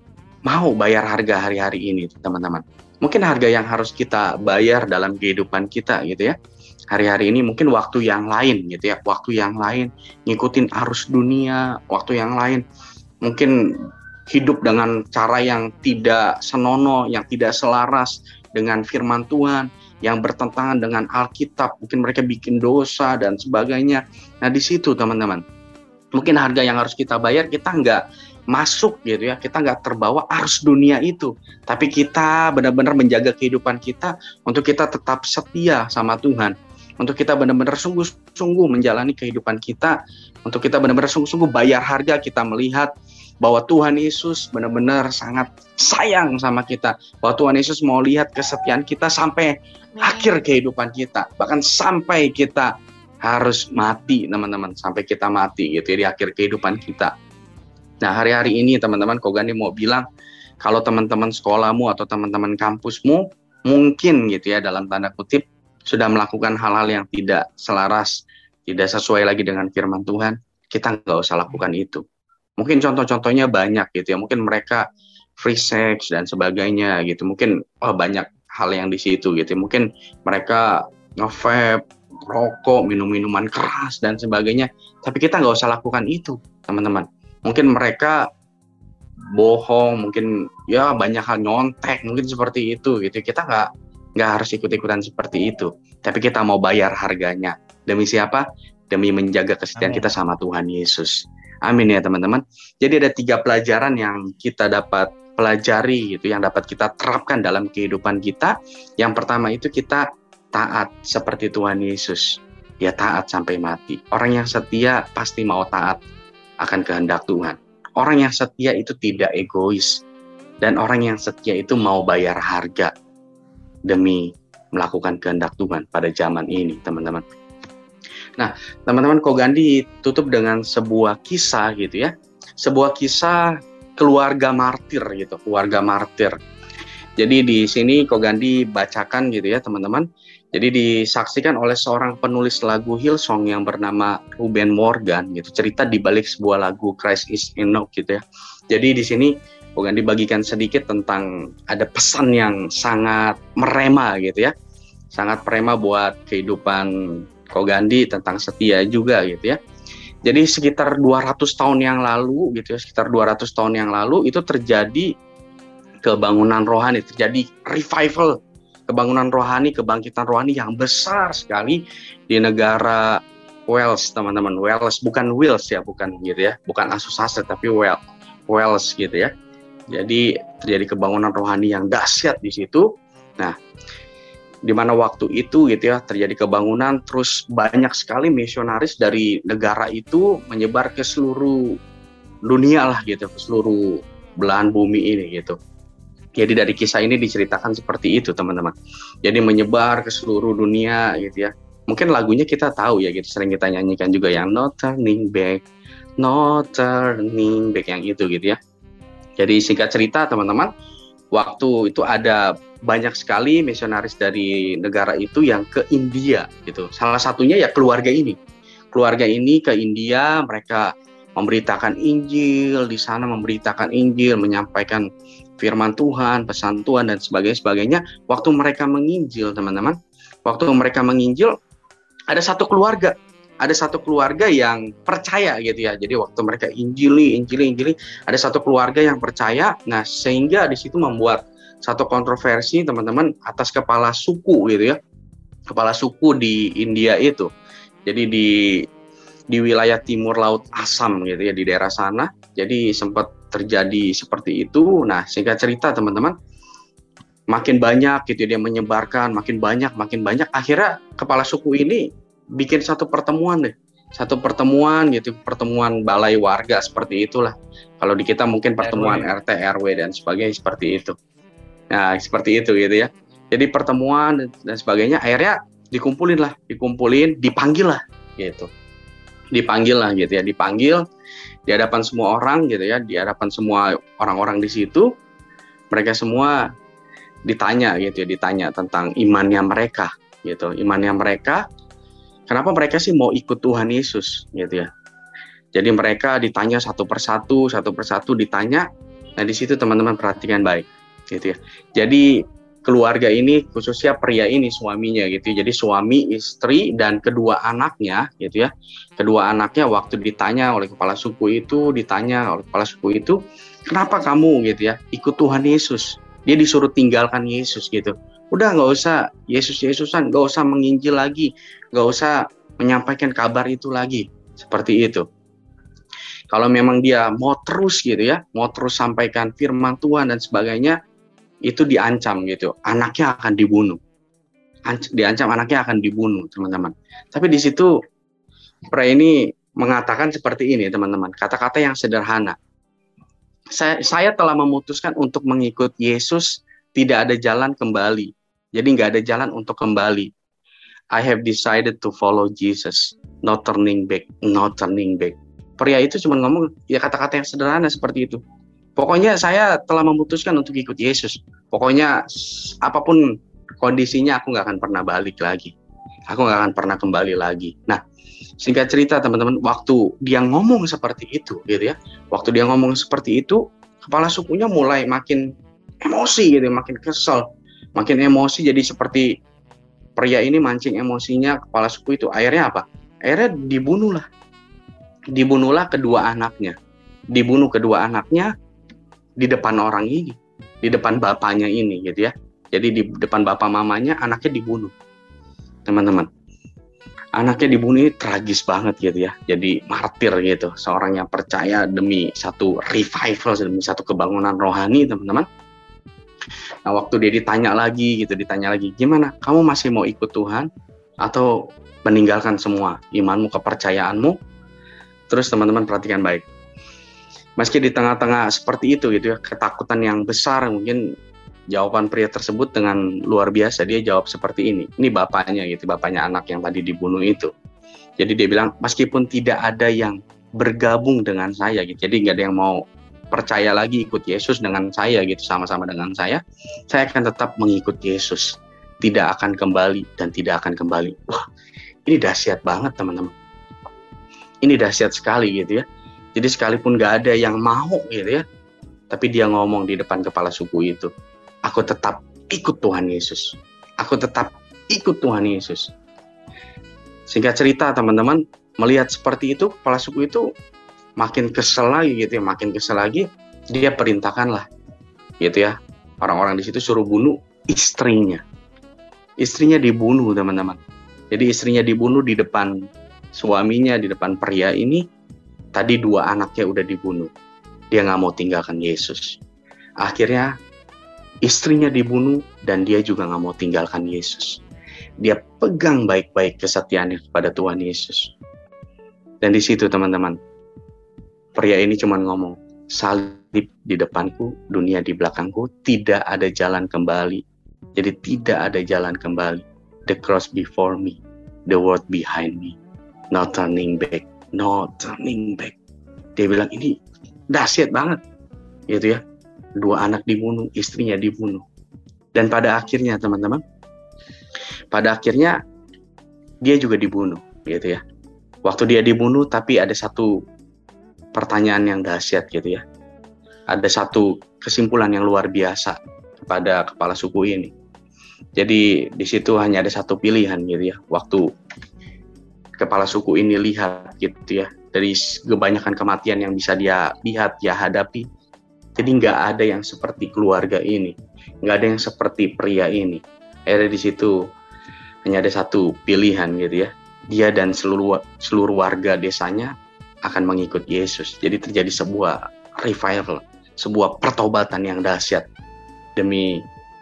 mau bayar harga hari-hari ini teman-teman. Mungkin harga yang harus kita bayar dalam kehidupan kita gitu ya. Hari-hari ini mungkin waktu yang lain gitu ya. Waktu yang lain, ngikutin arus dunia, waktu yang lain. Mungkin hidup dengan cara yang tidak senonoh, yang tidak selaras dengan firman Tuhan, yang bertentangan dengan Alkitab, mungkin mereka bikin dosa dan sebagainya. Nah di situ teman-teman, mungkin harga yang harus kita bayar, kita nggak masuk gitu ya, kita nggak terbawa arus dunia itu, tapi kita benar-benar menjaga kehidupan kita untuk kita tetap setia sama Tuhan, untuk kita benar-benar sungguh-sungguh menjalani kehidupan kita, untuk kita benar-benar sungguh-sungguh bayar harga. Kita melihat bahwa Tuhan Yesus benar-benar sangat sayang sama kita, bahwa Tuhan Yesus mau lihat kesetiaan kita sampai Amin. Akhir kehidupan kita, bahkan sampai kita harus mati teman-teman, sampai kita mati gitu ya, di akhir kehidupan kita. Nah hari-hari ini teman-teman, Ko Gandhi mau bilang, kalau teman-teman sekolahmu atau teman-teman kampusmu mungkin gitu ya dalam tanda kutip sudah melakukan hal-hal yang tidak selaras, tidak sesuai lagi dengan firman Tuhan, kita nggak usah lakukan itu. Mungkin contoh-contohnya banyak gitu ya, mungkin mereka free sex dan sebagainya gitu, mungkin oh, banyak hal yang di situ gitu, mungkin mereka nge-vape, rokok, minum-minuman keras dan sebagainya, tapi kita nggak usah lakukan itu teman-teman. Mungkin mereka bohong, mungkin ya banyak hal, nyontek, mungkin seperti itu gitu, kita nggak nggak harus ikut-ikutan seperti itu, tapi kita mau bayar harganya. Demi siapa? Demi menjaga kesetiaan kita sama Tuhan Yesus. Amin ya teman-teman. Jadi ada tiga pelajaran yang kita dapat pelajari gitu, yang dapat kita terapkan dalam kehidupan kita. Yang pertama itu kita taat seperti Tuhan Yesus. Ya taat sampai mati. Orang yang setia pasti mau taat akan kehendak Tuhan. Orang yang setia itu tidak egois. Dan orang yang setia itu mau bayar harga demi melakukan kehendak Tuhan pada zaman ini teman-teman. Nah, teman-teman, Ko Gandhi tutup dengan sebuah kisah gitu ya. Sebuah kisah keluarga martir gitu, keluarga martir. Jadi di sini Ko Gandhi bacakan gitu ya, teman-teman. Jadi disaksikan oleh seorang penulis lagu Hillsong yang bernama Ruben Morgan gitu. Cerita di balik sebuah lagu Christ is Enough gitu ya. Jadi di sini Ko Gandhi bagikan sedikit tentang ada pesan yang sangat merema gitu ya. Sangat merema buat kehidupan Ko Gandhi tentang setia juga gitu ya. Jadi sekitar dua ratus tahun yang lalu gitu ya, sekitar dua ratus tahun yang lalu itu terjadi kebangunan rohani, terjadi revival, kebangunan rohani, kebangkitan rohani yang besar sekali di negara Wales, teman-teman. Wales, bukan Wales ya, bukan gitu ya, bukan Asusase tapi Wales gitu ya. Jadi terjadi kebangunan rohani yang dahsyat di situ. Nah, di mana waktu itu gitu ya terjadi kebangunan, terus banyak sekali misionaris dari negara itu menyebar ke seluruh dunia lah gitu, ke seluruh belahan bumi ini gitu. Jadi dari kisah ini diceritakan seperti itu, teman-teman. Jadi menyebar ke seluruh dunia gitu ya. Mungkin lagunya kita tahu ya gitu, sering kita nyanyikan juga yang No Turning Back, No Turning Back, yang itu gitu ya. Jadi singkat cerita, teman-teman, waktu itu ada banyak sekali misionaris dari negara itu yang ke India gitu. Salah satunya ya keluarga ini. Keluarga ini ke India, mereka memberitakan Injil di sana, memberitakan Injil, menyampaikan firman Tuhan, pesan Tuhan dan sebagainya sebagainya. Waktu mereka menginjil, teman-teman, waktu mereka menginjil ada satu keluarga, ada satu keluarga yang percaya gitu ya. Jadi waktu mereka injili, injili, injili, ada satu keluarga yang percaya. Nah, sehingga di situ membuat satu kontroversi, teman-teman, atas kepala suku gitu ya, kepala suku di India itu. Jadi di di wilayah timur laut Assam gitu ya, di daerah sana. Jadi sempat terjadi seperti itu. Nah, singkat cerita, teman-teman, makin banyak gitu dia menyebarkan, makin banyak, makin banyak. Akhirnya kepala suku ini bikin satu pertemuan deh, satu pertemuan gitu, pertemuan balai warga seperti itulah. Kalau di kita mungkin pertemuan R T R W dan sebagainya seperti itu. Nah, seperti itu gitu ya. Jadi pertemuan dan sebagainya, akhirnya dikumpulin lah, dikumpulin, dipanggil lah gitu. Dipanggil lah gitu ya, dipanggil di hadapan semua orang gitu ya, di hadapan semua orang-orang di situ. Mereka semua ditanya gitu ya, ditanya tentang imannya mereka gitu, imannya mereka. Kenapa mereka sih mau ikut Tuhan Yesus gitu ya. Jadi mereka ditanya satu persatu, satu persatu ditanya. Nah, di situ teman-teman perhatikan baik gitu ya. Jadi keluarga ini, khususnya pria ini, suaminya gitu. Jadi suami, istri, dan kedua anaknya gitu ya. Kedua anaknya waktu ditanya oleh kepala suku itu, ditanya oleh kepala suku itu, kenapa kamu gitu ya ikut Tuhan Yesus? Dia disuruh tinggalkan Yesus gitu. Udah nggak usah Yesus-Yesusan, nggak usah menginjil lagi, nggak usah menyampaikan kabar itu lagi. Seperti itu. Kalau memang dia mau terus gitu ya, mau terus sampaikan firman Tuhan dan sebagainya, itu diancam gitu, anaknya akan dibunuh, Anc- diancam anaknya akan dibunuh, teman-teman. Tapi di situ pria ini mengatakan seperti ini, teman-teman, kata-kata yang sederhana. Saya, saya telah memutuskan untuk mengikut Yesus, tidak ada jalan kembali. Jadi nggak ada jalan untuk kembali. I have decided to follow Jesus, no turning back, no turning back. Pria itu cuma ngomong ya kata-kata yang sederhana seperti itu. Pokoknya saya telah memutuskan untuk ikut Yesus. Pokoknya apapun kondisinya aku nggak akan pernah balik lagi. Aku nggak akan pernah kembali lagi. Nah, singkat cerita teman-teman, waktu dia ngomong seperti itu gitu ya. Waktu dia ngomong seperti itu, kepala sukunya mulai makin emosi gitu, makin kesel. Makin emosi, jadi seperti pria ini mancing emosinya kepala suku itu. Akhirnya apa? Akhirnya dibunuhlah. Dibunuhlah kedua anaknya. Dibunuh kedua anaknya di depan orang ini, di depan bapaknya ini gitu ya. Jadi di depan bapak mamanya anaknya dibunuh, teman-teman. Anaknya dibunuh ini tragis banget gitu ya. Jadi martir gitu, seorang yang percaya demi satu revival, demi satu kebangunan rohani, teman-teman. Nah, waktu dia ditanya lagi gitu, ditanya lagi, gimana? Kamu masih mau ikut Tuhan atau meninggalkan semua imanmu, kepercayaanmu? Terus teman-teman perhatikan baik. Meski di tengah-tengah seperti itu gitu ya, ketakutan yang besar, mungkin jawaban pria tersebut dengan luar biasa. Dia jawab seperti ini. Ini bapaknya gitu, bapaknya anak yang tadi dibunuh itu. Jadi dia bilang, meskipun tidak ada yang bergabung dengan saya gitu, jadi nggak ada yang mau percaya lagi ikut Yesus dengan saya gitu, sama-sama dengan saya, saya akan tetap mengikut Yesus. Tidak akan kembali dan tidak akan kembali. Wah, ini dahsyat banget teman-teman. Ini dahsyat sekali gitu ya. Jadi sekalipun gak ada yang mau gitu ya, tapi dia ngomong di depan kepala suku itu, aku tetap ikut Tuhan Yesus. Aku tetap ikut Tuhan Yesus. Singkat cerita teman-teman, melihat seperti itu, kepala suku itu makin kesel lagi gitu ya, makin kesel lagi, dia perintahkanlah gitu ya, orang-orang di situ suruh bunuh istrinya. Istrinya dibunuh, teman-teman. Jadi istrinya dibunuh di depan suaminya, di depan pria ini. Tadi dua anaknya udah dibunuh. Dia nggak mau tinggalkan Yesus. Akhirnya istrinya dibunuh dan dia juga nggak mau tinggalkan Yesus. Dia pegang baik-baik kesetiaannya kepada Tuhan Yesus. Dan di situ, teman-teman, pria ini cuma ngomong, salib di depanku, dunia di belakangku, tidak ada jalan kembali. Jadi tidak ada jalan kembali. The cross before me, the world behind me, no turning back, no turning back. Dia bilang ini dahsyat banget, gitu ya. Dua anak dibunuh, istrinya dibunuh. Dan pada akhirnya, teman-teman, pada akhirnya dia juga dibunuh, gitu ya. Waktu dia dibunuh, tapi ada satu pertanyaan yang dahsyat gitu ya. Ada satu kesimpulan yang luar biasa kepada kepala suku ini. Jadi di situ hanya ada satu pilihan gitu ya. Waktu kepala suku ini lihat gitu ya, dari kebanyakan kematian yang bisa dia lihat, dia hadapi. Jadi nggak ada yang seperti keluarga ini, nggak ada yang seperti pria ini. Akhirnya di situ hanya ada satu pilihan gitu ya. Dia dan seluruh seluruh warga desanya akan mengikut Yesus. Jadi terjadi sebuah revival, sebuah pertobatan yang dahsyat demi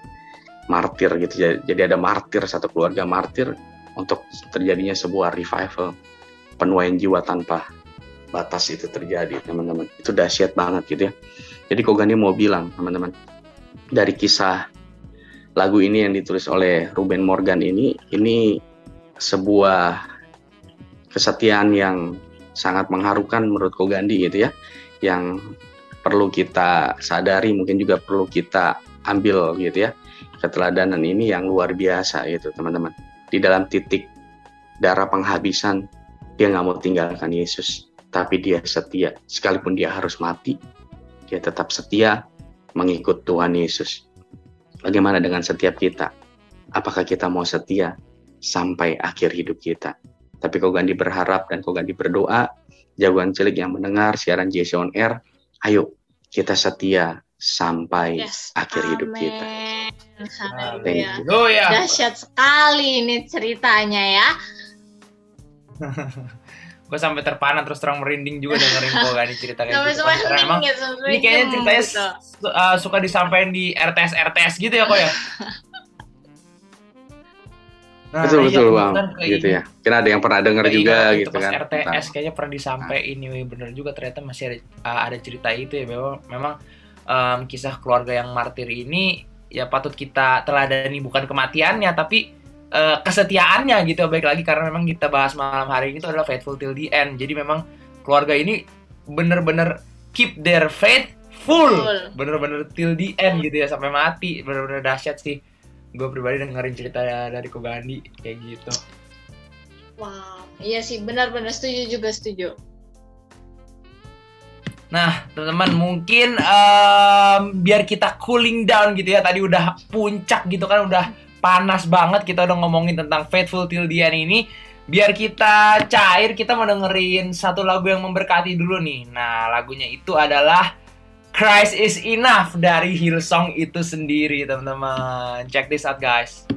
martir gitu. Jadi ada martir, satu keluarga martir untuk terjadinya sebuah revival, penuaian jiwa tanpa batas itu terjadi, teman-teman. Itu dahsyat banget gitu ya. Jadi Kogani mau bilang, teman-teman, dari kisah lagu ini yang ditulis oleh Ruben Morgan ini, ini sebuah kesetiaan yang sangat mengharukan menurut Kogandi gitu ya, yang perlu kita sadari, mungkin juga perlu kita ambil gitu ya, keteladanan ini yang luar biasa gitu, teman-teman. Di dalam titik darah penghabisan, dia nggak mau tinggalkan Yesus, tapi dia setia, sekalipun dia harus mati, dia tetap setia mengikut Tuhan Yesus. Bagaimana dengan setiap kita? Apakah kita mau setia sampai akhir hidup kita? Tapi Kogandi berharap dan Kogandi berdoa, jagoan cilik yang mendengar siaran J C On Air, ayo kita setia sampai Yes, akhir amen. hidup kita. Haleluya. Oh ya. Dahsyat sekali ini ceritanya ya. Gue sampai terpana terus terang merinding juga dengerin Kogani cerita kayak Sampai gitu. semua Karena emang ringit, sampai ini kayaknya ringit ceritanya gitu. su- uh, suka disampaikan di R T S R T S gitu ya kok ya. Nah, Betul iya, betul bang, kebetulan ke gitu ini- ya. Kira ada yang pernah dengar ke juga ini, gitu itu pas kan. R T S tentang- kayaknya pernah disampaikan ini, bener juga ternyata masih ada uh, ada cerita itu ya, memang memang um, kisah keluarga yang martir ini ya patut kita teladani, bukan kematiannya tapi uh, kesetiaannya gitu. Baik lagi karena memang kita bahas malam hari ini itu adalah faithful till the end. Jadi memang keluarga ini bener-bener keep their faith full, Full. bener-bener till the end gitu ya, sampai mati. Bener-bener dahsyat sih. Gue pribadi dengerin cerita dari Kogandi kayak gitu. Wow, iya sih, benar-benar setuju juga, setuju. Nah, teman-teman, mungkin um, biar kita cooling down gitu ya. Tadi udah puncak gitu kan, udah panas banget. Kita udah ngomongin tentang Faithful Till the End ini. Biar kita cair, kita mau dengerin satu lagu yang memberkati dulu nih. Nah, lagunya itu adalah Christ is Enough dari Hillsong itu sendiri, teman-teman. Check this out, guys.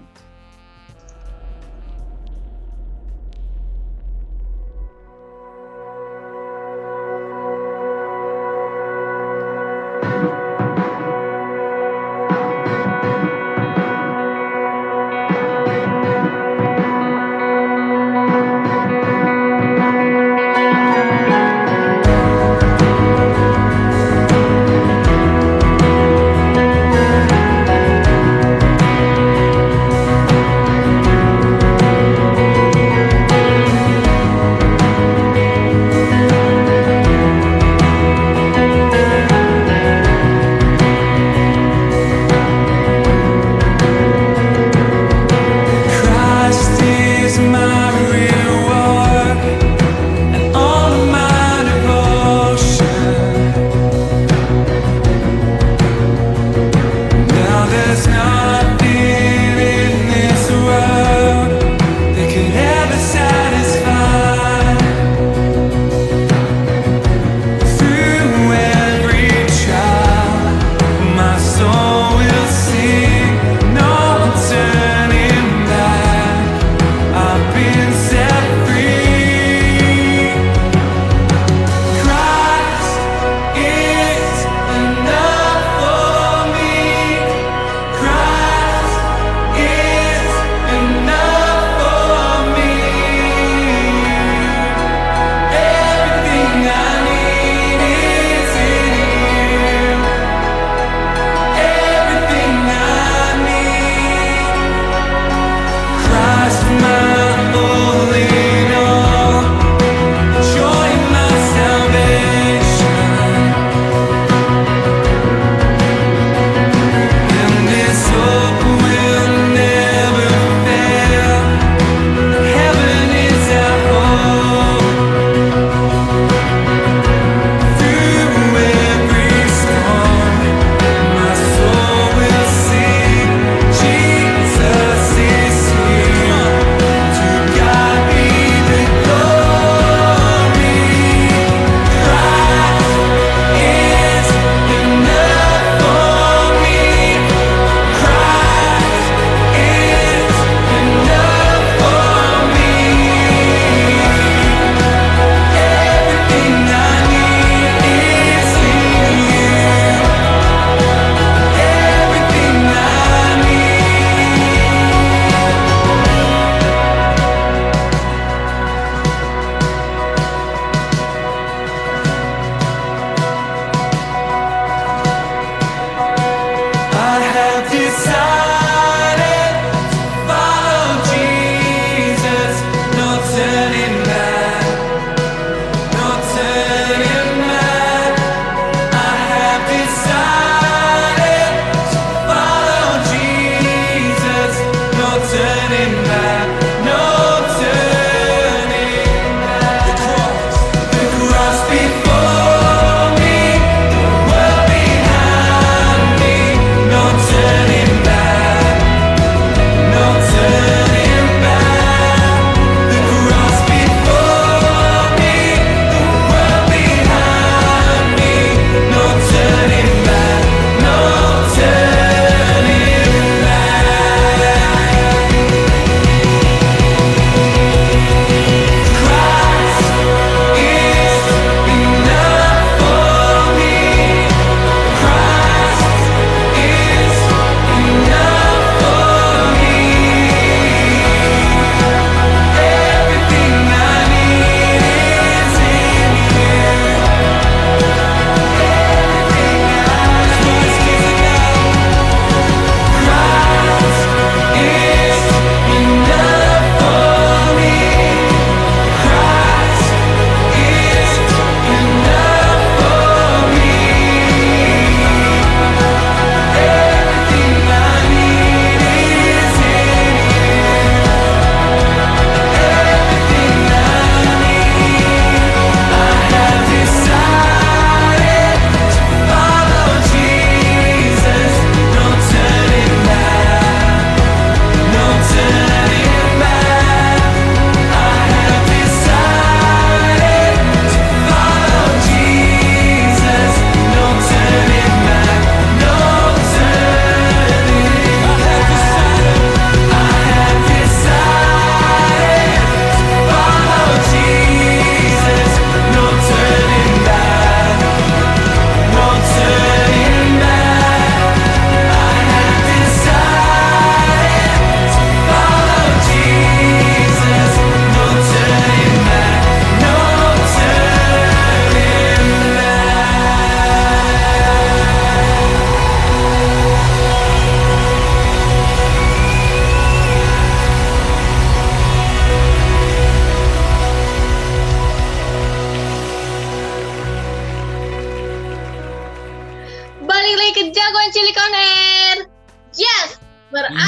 Christ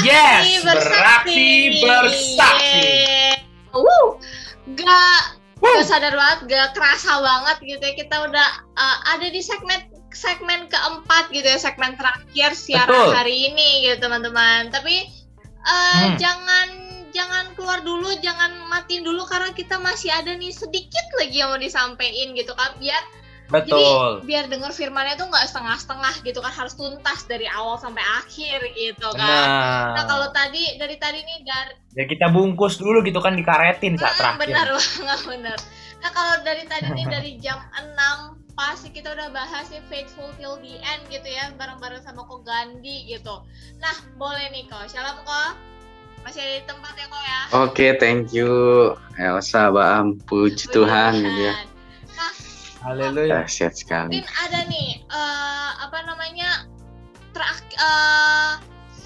Yes, beraksi bersaksi. Wuh, gak, gak sadar banget, gak kerasa banget gitu ya. Kita udah uh, ada di segmen segmen keempat gitu ya, segmen terakhir siaran Betul. hari ini gitu teman-teman. Tapi uh, Hmm. jangan jangan keluar dulu, jangan matiin dulu karena kita masih ada nih sedikit lagi yang mau disampaikan gitu kan, biar Betul. jadi biar dengar firmannya tuh nggak setengah-setengah gitu kan, harus tuntas dari awal sampai akhir gitu kan. Benar. Nah kalau tadi dari tadi nih dari Ya kita bungkus dulu gitu kan, dikaretin saat Hmm, terakhir. benar banget benar. Nah kalau dari tadi nih dari jam enam pasti kita udah bahas nih Faithful Till the End gitu ya, bareng-bareng sama Ko Gandhi gitu. Nah boleh nih Ko, shalom Ko, masih ada di tempat ya Ko ya. Oke, thank you Elsa, Baam, puji Tuhan gitu ya. Nah Haleluya. Dahsyat sekali. mungkin ada nih eh, apa namanya terak eh,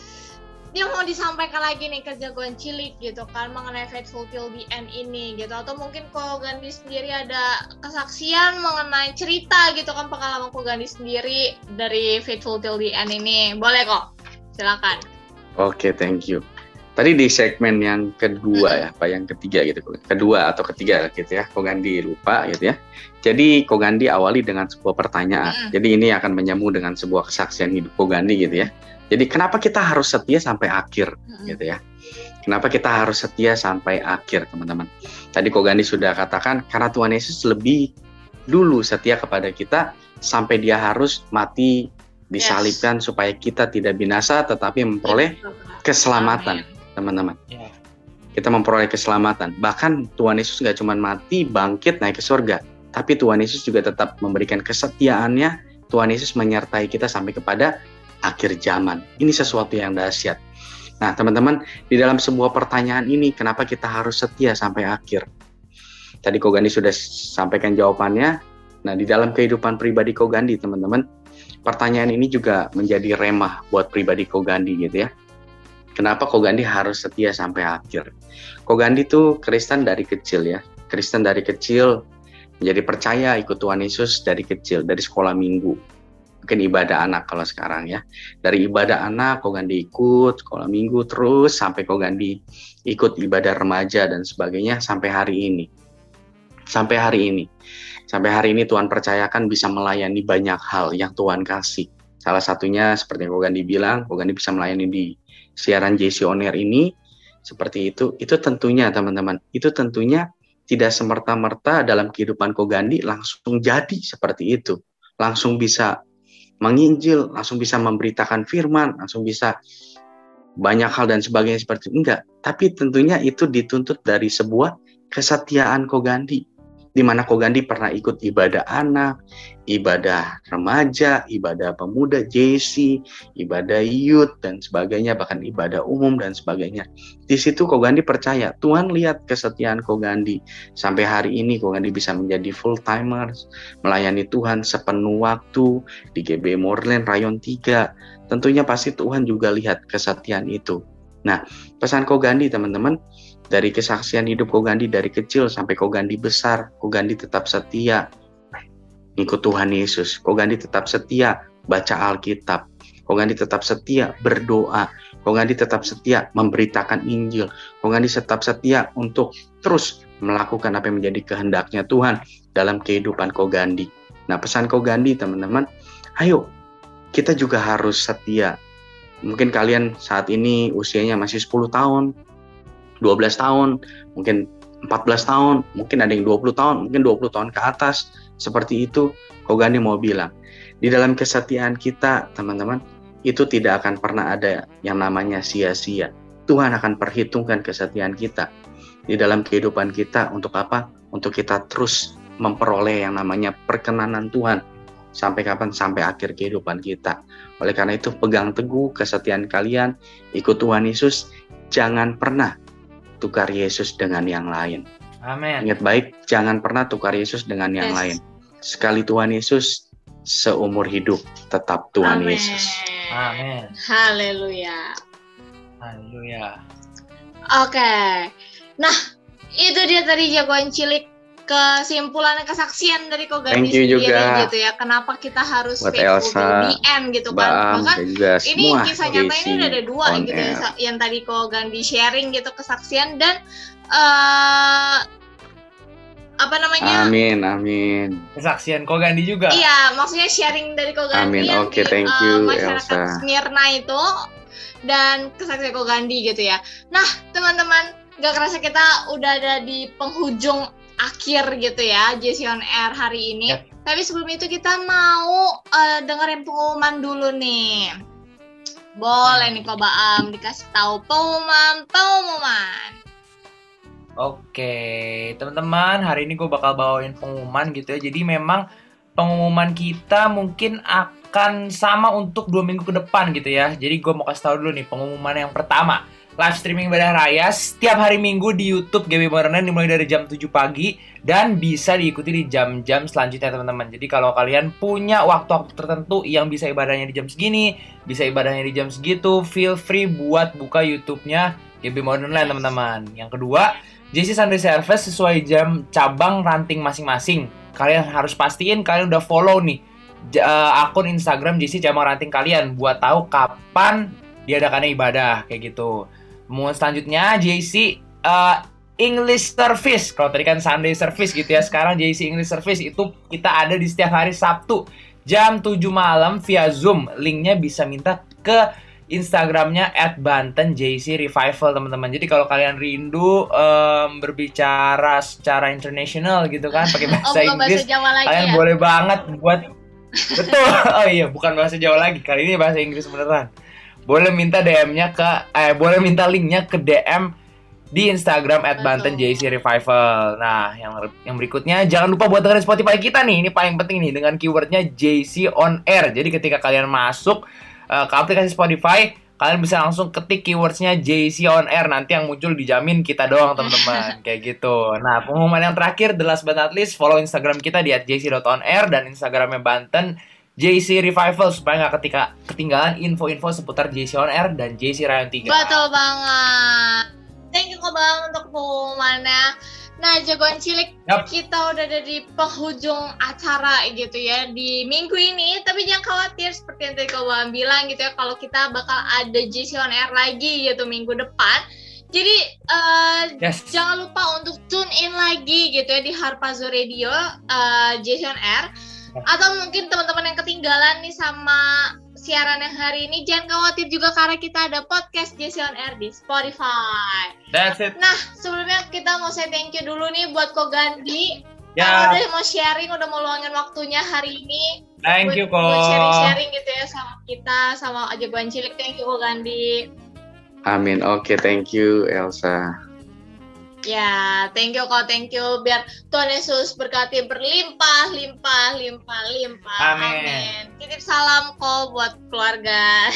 yang mau disampaikan lagi nih ke jagoan cilik gitu kan mengenai Faithful Till the End ini gitu, atau mungkin Ko Gandhi sendiri ada kesaksian mengenai cerita gitu kan, pengalaman Ko Gandhi sendiri dari Faithful Till the End ini, boleh kok, silakan. Oke, thank you. Tadi di segmen yang kedua ya, apa yang ketiga gitu, kedua atau ketiga gitu ya, Ko Gandhi lupa gitu ya. Jadi Ko Gandhi awali dengan sebuah pertanyaan. Mm-mm. Jadi ini akan menyambung dengan sebuah kesaksian hidup Ko Gandhi gitu ya. Jadi kenapa kita harus setia sampai akhir Mm-mm. gitu ya? Kenapa kita harus setia sampai akhir, teman-teman? Tadi Ko Gandhi sudah katakan karena Tuhan Yesus lebih dulu setia kepada kita sampai dia harus mati disalibkan supaya kita tidak binasa tetapi memperoleh keselamatan, teman-teman. Ya. Kita memperoleh keselamatan. Bahkan Tuhan Yesus nggak cuma mati, bangkit, naik ke surga, tapi Tuhan Yesus juga tetap memberikan kesetiaannya. Tuhan Yesus menyertai kita sampai kepada akhir zaman. Ini sesuatu yang dahsyat. Nah, teman-teman, di dalam sebuah pertanyaan ini, kenapa kita harus setia sampai akhir? Tadi Ko Gandhi sudah sampaikan jawabannya. Nah, di dalam kehidupan pribadi Ko Gandhi, teman-teman, pertanyaan ini juga menjadi remah buat pribadi Ko Gandhi gitu ya. Kenapa Ko Gandhi harus setia sampai akhir? Ko Gandhi tuh Kristen dari kecil ya. Kristen dari kecil, menjadi percaya ikut Tuhan Yesus dari kecil, dari sekolah minggu. Mungkin ibadah anak kalau sekarang ya. Dari ibadah anak, Ko Gandhi ikut sekolah minggu terus, sampai Ko Gandhi ikut ibadah remaja dan sebagainya sampai hari ini. Sampai hari ini. Sampai hari ini Tuhan percayakan bisa melayani banyak hal yang Tuhan kasih. Salah satunya seperti yang Ko Gandhi bilang, Ko Gandhi bisa melayani di siaran J C On Air ini, seperti itu. Itu tentunya teman-teman, itu tentunya tidak semerta-merta dalam kehidupan Ko Gandhi langsung jadi seperti itu. Langsung bisa menginjil, langsung bisa memberitakan firman, langsung bisa banyak hal dan sebagainya seperti itu. Enggak, tapi tentunya itu dituntut dari sebuah kesetiaan Ko Gandhi, di mana Ko Gandhi pernah ikut ibadah anak, ibadah remaja, ibadah pemuda J C, ibadah youth dan sebagainya, bahkan ibadah umum dan sebagainya. Di situ Ko Gandhi percaya, Tuhan lihat kesetiaan Ko Gandhi. Sampai hari ini Ko Gandhi bisa menjadi full timers, melayani Tuhan sepenuh waktu di G B Moreland Rayon tiga. Tentunya pasti Tuhan juga lihat kesetiaan itu. Nah, pesan Ko Gandhi teman-teman, dari kesaksian hidup Ko Gandhi dari kecil sampai Ko Gandhi besar, Ko Gandhi tetap setia ikut Tuhan Yesus. Ko Gandhi tetap setia baca Alkitab. Ko Gandhi tetap setia berdoa. Ko Gandhi tetap setia memberitakan Injil. Ko Gandhi tetap setia untuk terus melakukan apa yang menjadi kehendaknya Tuhan dalam kehidupan Ko Gandhi. Nah, pesan Ko Gandhi teman-teman, ayo kita juga harus setia. Mungkin kalian saat ini usianya masih sepuluh tahun, dua belas tahun, mungkin empat belas tahun, mungkin ada yang dua puluh tahun, mungkin dua puluh tahun ke atas. Seperti itu, Ko Gandhi mau bilang, di dalam kesetiaan kita, teman-teman, itu tidak akan pernah ada yang namanya sia-sia. Tuhan akan perhitungkan kesetiaan kita di dalam kehidupan kita. Untuk apa? Untuk kita terus memperoleh yang namanya perkenanan Tuhan. Sampai kapan? Sampai akhir kehidupan kita. Oleh karena itu, pegang teguh kesetiaan kalian, ikut Tuhan Yesus, jangan pernah tukar Yesus dengan yang lain. Amin. Ingat baik, jangan pernah tukar Yesus dengan yang Yes. lain. Sekali Tuhan Yesus, seumur hidup tetap Tuhan Amin. Yesus. Amin. Haleluya. Haleluya. Oke. Nah, itu dia tadi jagoan cilik kesimpulan dan kesaksian dari Ko Gandhi Thank you sendiri juga. gitu ya. Kenapa kita harus Buat faithful Elsa, to the end gitu kan. Baam, Bahkan dan juga ini semua kisah nyata J C ini udah ada dua on gitu air. ya, yang tadi Ko Gandhi sharing gitu kesaksian dan uh, apa namanya? Amin, amin. Kesaksian Ko Gandhi juga. Iya, maksudnya sharing dari Ko Gandhi Amin. yang Oke, di thank uh, you, masyarakat Elsa. Smyrna itu dan kesaksian Ko Gandhi gitu ya. Nah, teman-teman, gak kerasa kita udah ada di penghujung akhir gitu ya J C on Air hari ini. Yep. Tapi sebelum itu kita mau uh, dengerin pengumuman dulu nih. Boleh nih Ko Baam dikasih tahu pengumuman pengumuman. Oke, teman-teman, hari ini gue bakal bawain pengumuman gitu ya. Jadi memang pengumuman kita mungkin akan sama untuk dua minggu ke depan gitu ya. Jadi gue mau kasih tahu dulu nih pengumuman yang pertama. Live streaming Ibadah Raya setiap hari Minggu di YouTube G B Moderna dimulai dari jam tujuh pagi dan bisa diikuti di jam-jam selanjutnya teman-teman. Jadi kalau kalian punya waktu-waktu tertentu yang bisa ibadahnya di jam segini, bisa ibadahnya di jam segitu, feel free buat buka YouTube-nya G B Moderna teman-teman. Yang kedua, J C Sunday Service sesuai jam cabang ranting masing-masing. Kalian harus pastiin kalian udah follow nih j- uh, akun Instagram J C cabang ranting kalian buat tahu kapan diadakannya ibadah kayak gitu. Kemudian selanjutnya J C uh, English Service. Kalau tadi kan Sunday Service gitu ya. Sekarang J C English Service itu kita ada di setiap hari Sabtu jam tujuh malam via Zoom. Linknya bisa minta ke Instagramnya at Banten J C Revival teman-teman. Jadi kalau kalian rindu um, berbicara secara international gitu kan pakai bahasa Oh, bukan Inggris, bahasa Jawa lagi kalian ya? boleh banget buat betul. Oh iya, bukan bahasa Jawa lagi. Kali ini bahasa Inggris beneran. Boleh minta D M-nya ke eh boleh minta linknya ke D M di Instagram at Banten J C Revival. Nah, yang yang berikutnya jangan lupa buat dengerin Spotify kita nih. Ini paling penting nih dengan keywordnya J C on Air. Jadi ketika kalian masuk uh, ke aplikasi Spotify, kalian bisa langsung ketik keywordsnya J C on Air. Nanti yang muncul dijamin kita doang teman-teman. Kayak gitu. Nah, pengumuman yang terakhir, the last but not least, follow Instagram kita di at j c dot on air dan Instagramnya Banten J C Revival supaya nggak ketika ketinggalan info-info seputar J C on Air dan J C Rayon tiga. Betul banget. Thank you Ko Bang untuk pengumumannya. Nah, jagoan cilik, Yap. kita udah ada di penghujung acara gitu ya di minggu ini. Tapi jangan khawatir seperti yang tadi Ko Bang bilang gitu ya, kalau kita bakal ada J C on Air lagi gitu minggu depan. Jadi uh, Yes. jangan lupa untuk tune in lagi gitu ya di Harpazo Radio uh, J C on Air. Atau mungkin teman-teman yang ketinggalan nih sama siaran yang hari ini, jangan khawatir juga karena kita ada podcast J C on Air di Spotify. That's it. Nah, sebelumnya kita mau say thank you dulu nih buat Ko Gandhi. Ya. Yang udah mau sharing, udah mau luangin waktunya hari ini. Thank buat, you, Ko. Buat sharing-sharing gitu ya sama kita, sama jagoan cilik. Thank you Ko Gandhi. Amin. Oke, thank you Elsa. Ya, thank you Ko, thank you. Biar Tuhan Yesus berkati berlimpah, limpah, limpah, limpah. Amin. Amin. Titip salam Ko buat keluarga.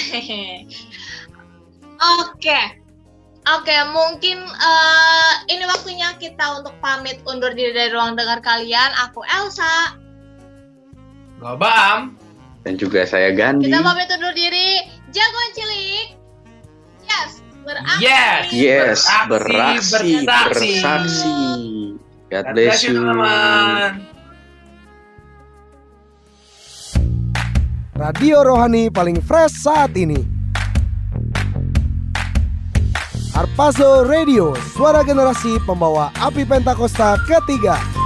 Oke. Oke, mungkin uh, ini waktunya kita untuk pamit undur diri dari ruang dengar kalian. Aku Elsa. Gak Bam. Dan juga saya Gandhi. Kita pamit undur diri. Jagoan cilik. Yes, beraksi. Yes. Yes, Beraksi, beraksi, bersaksi. bersaksi. God God bless you. teman-teman. Radio rohani paling fresh saat ini. Harpazo Radio, suara generasi pembawa api Pentakosta ketiga.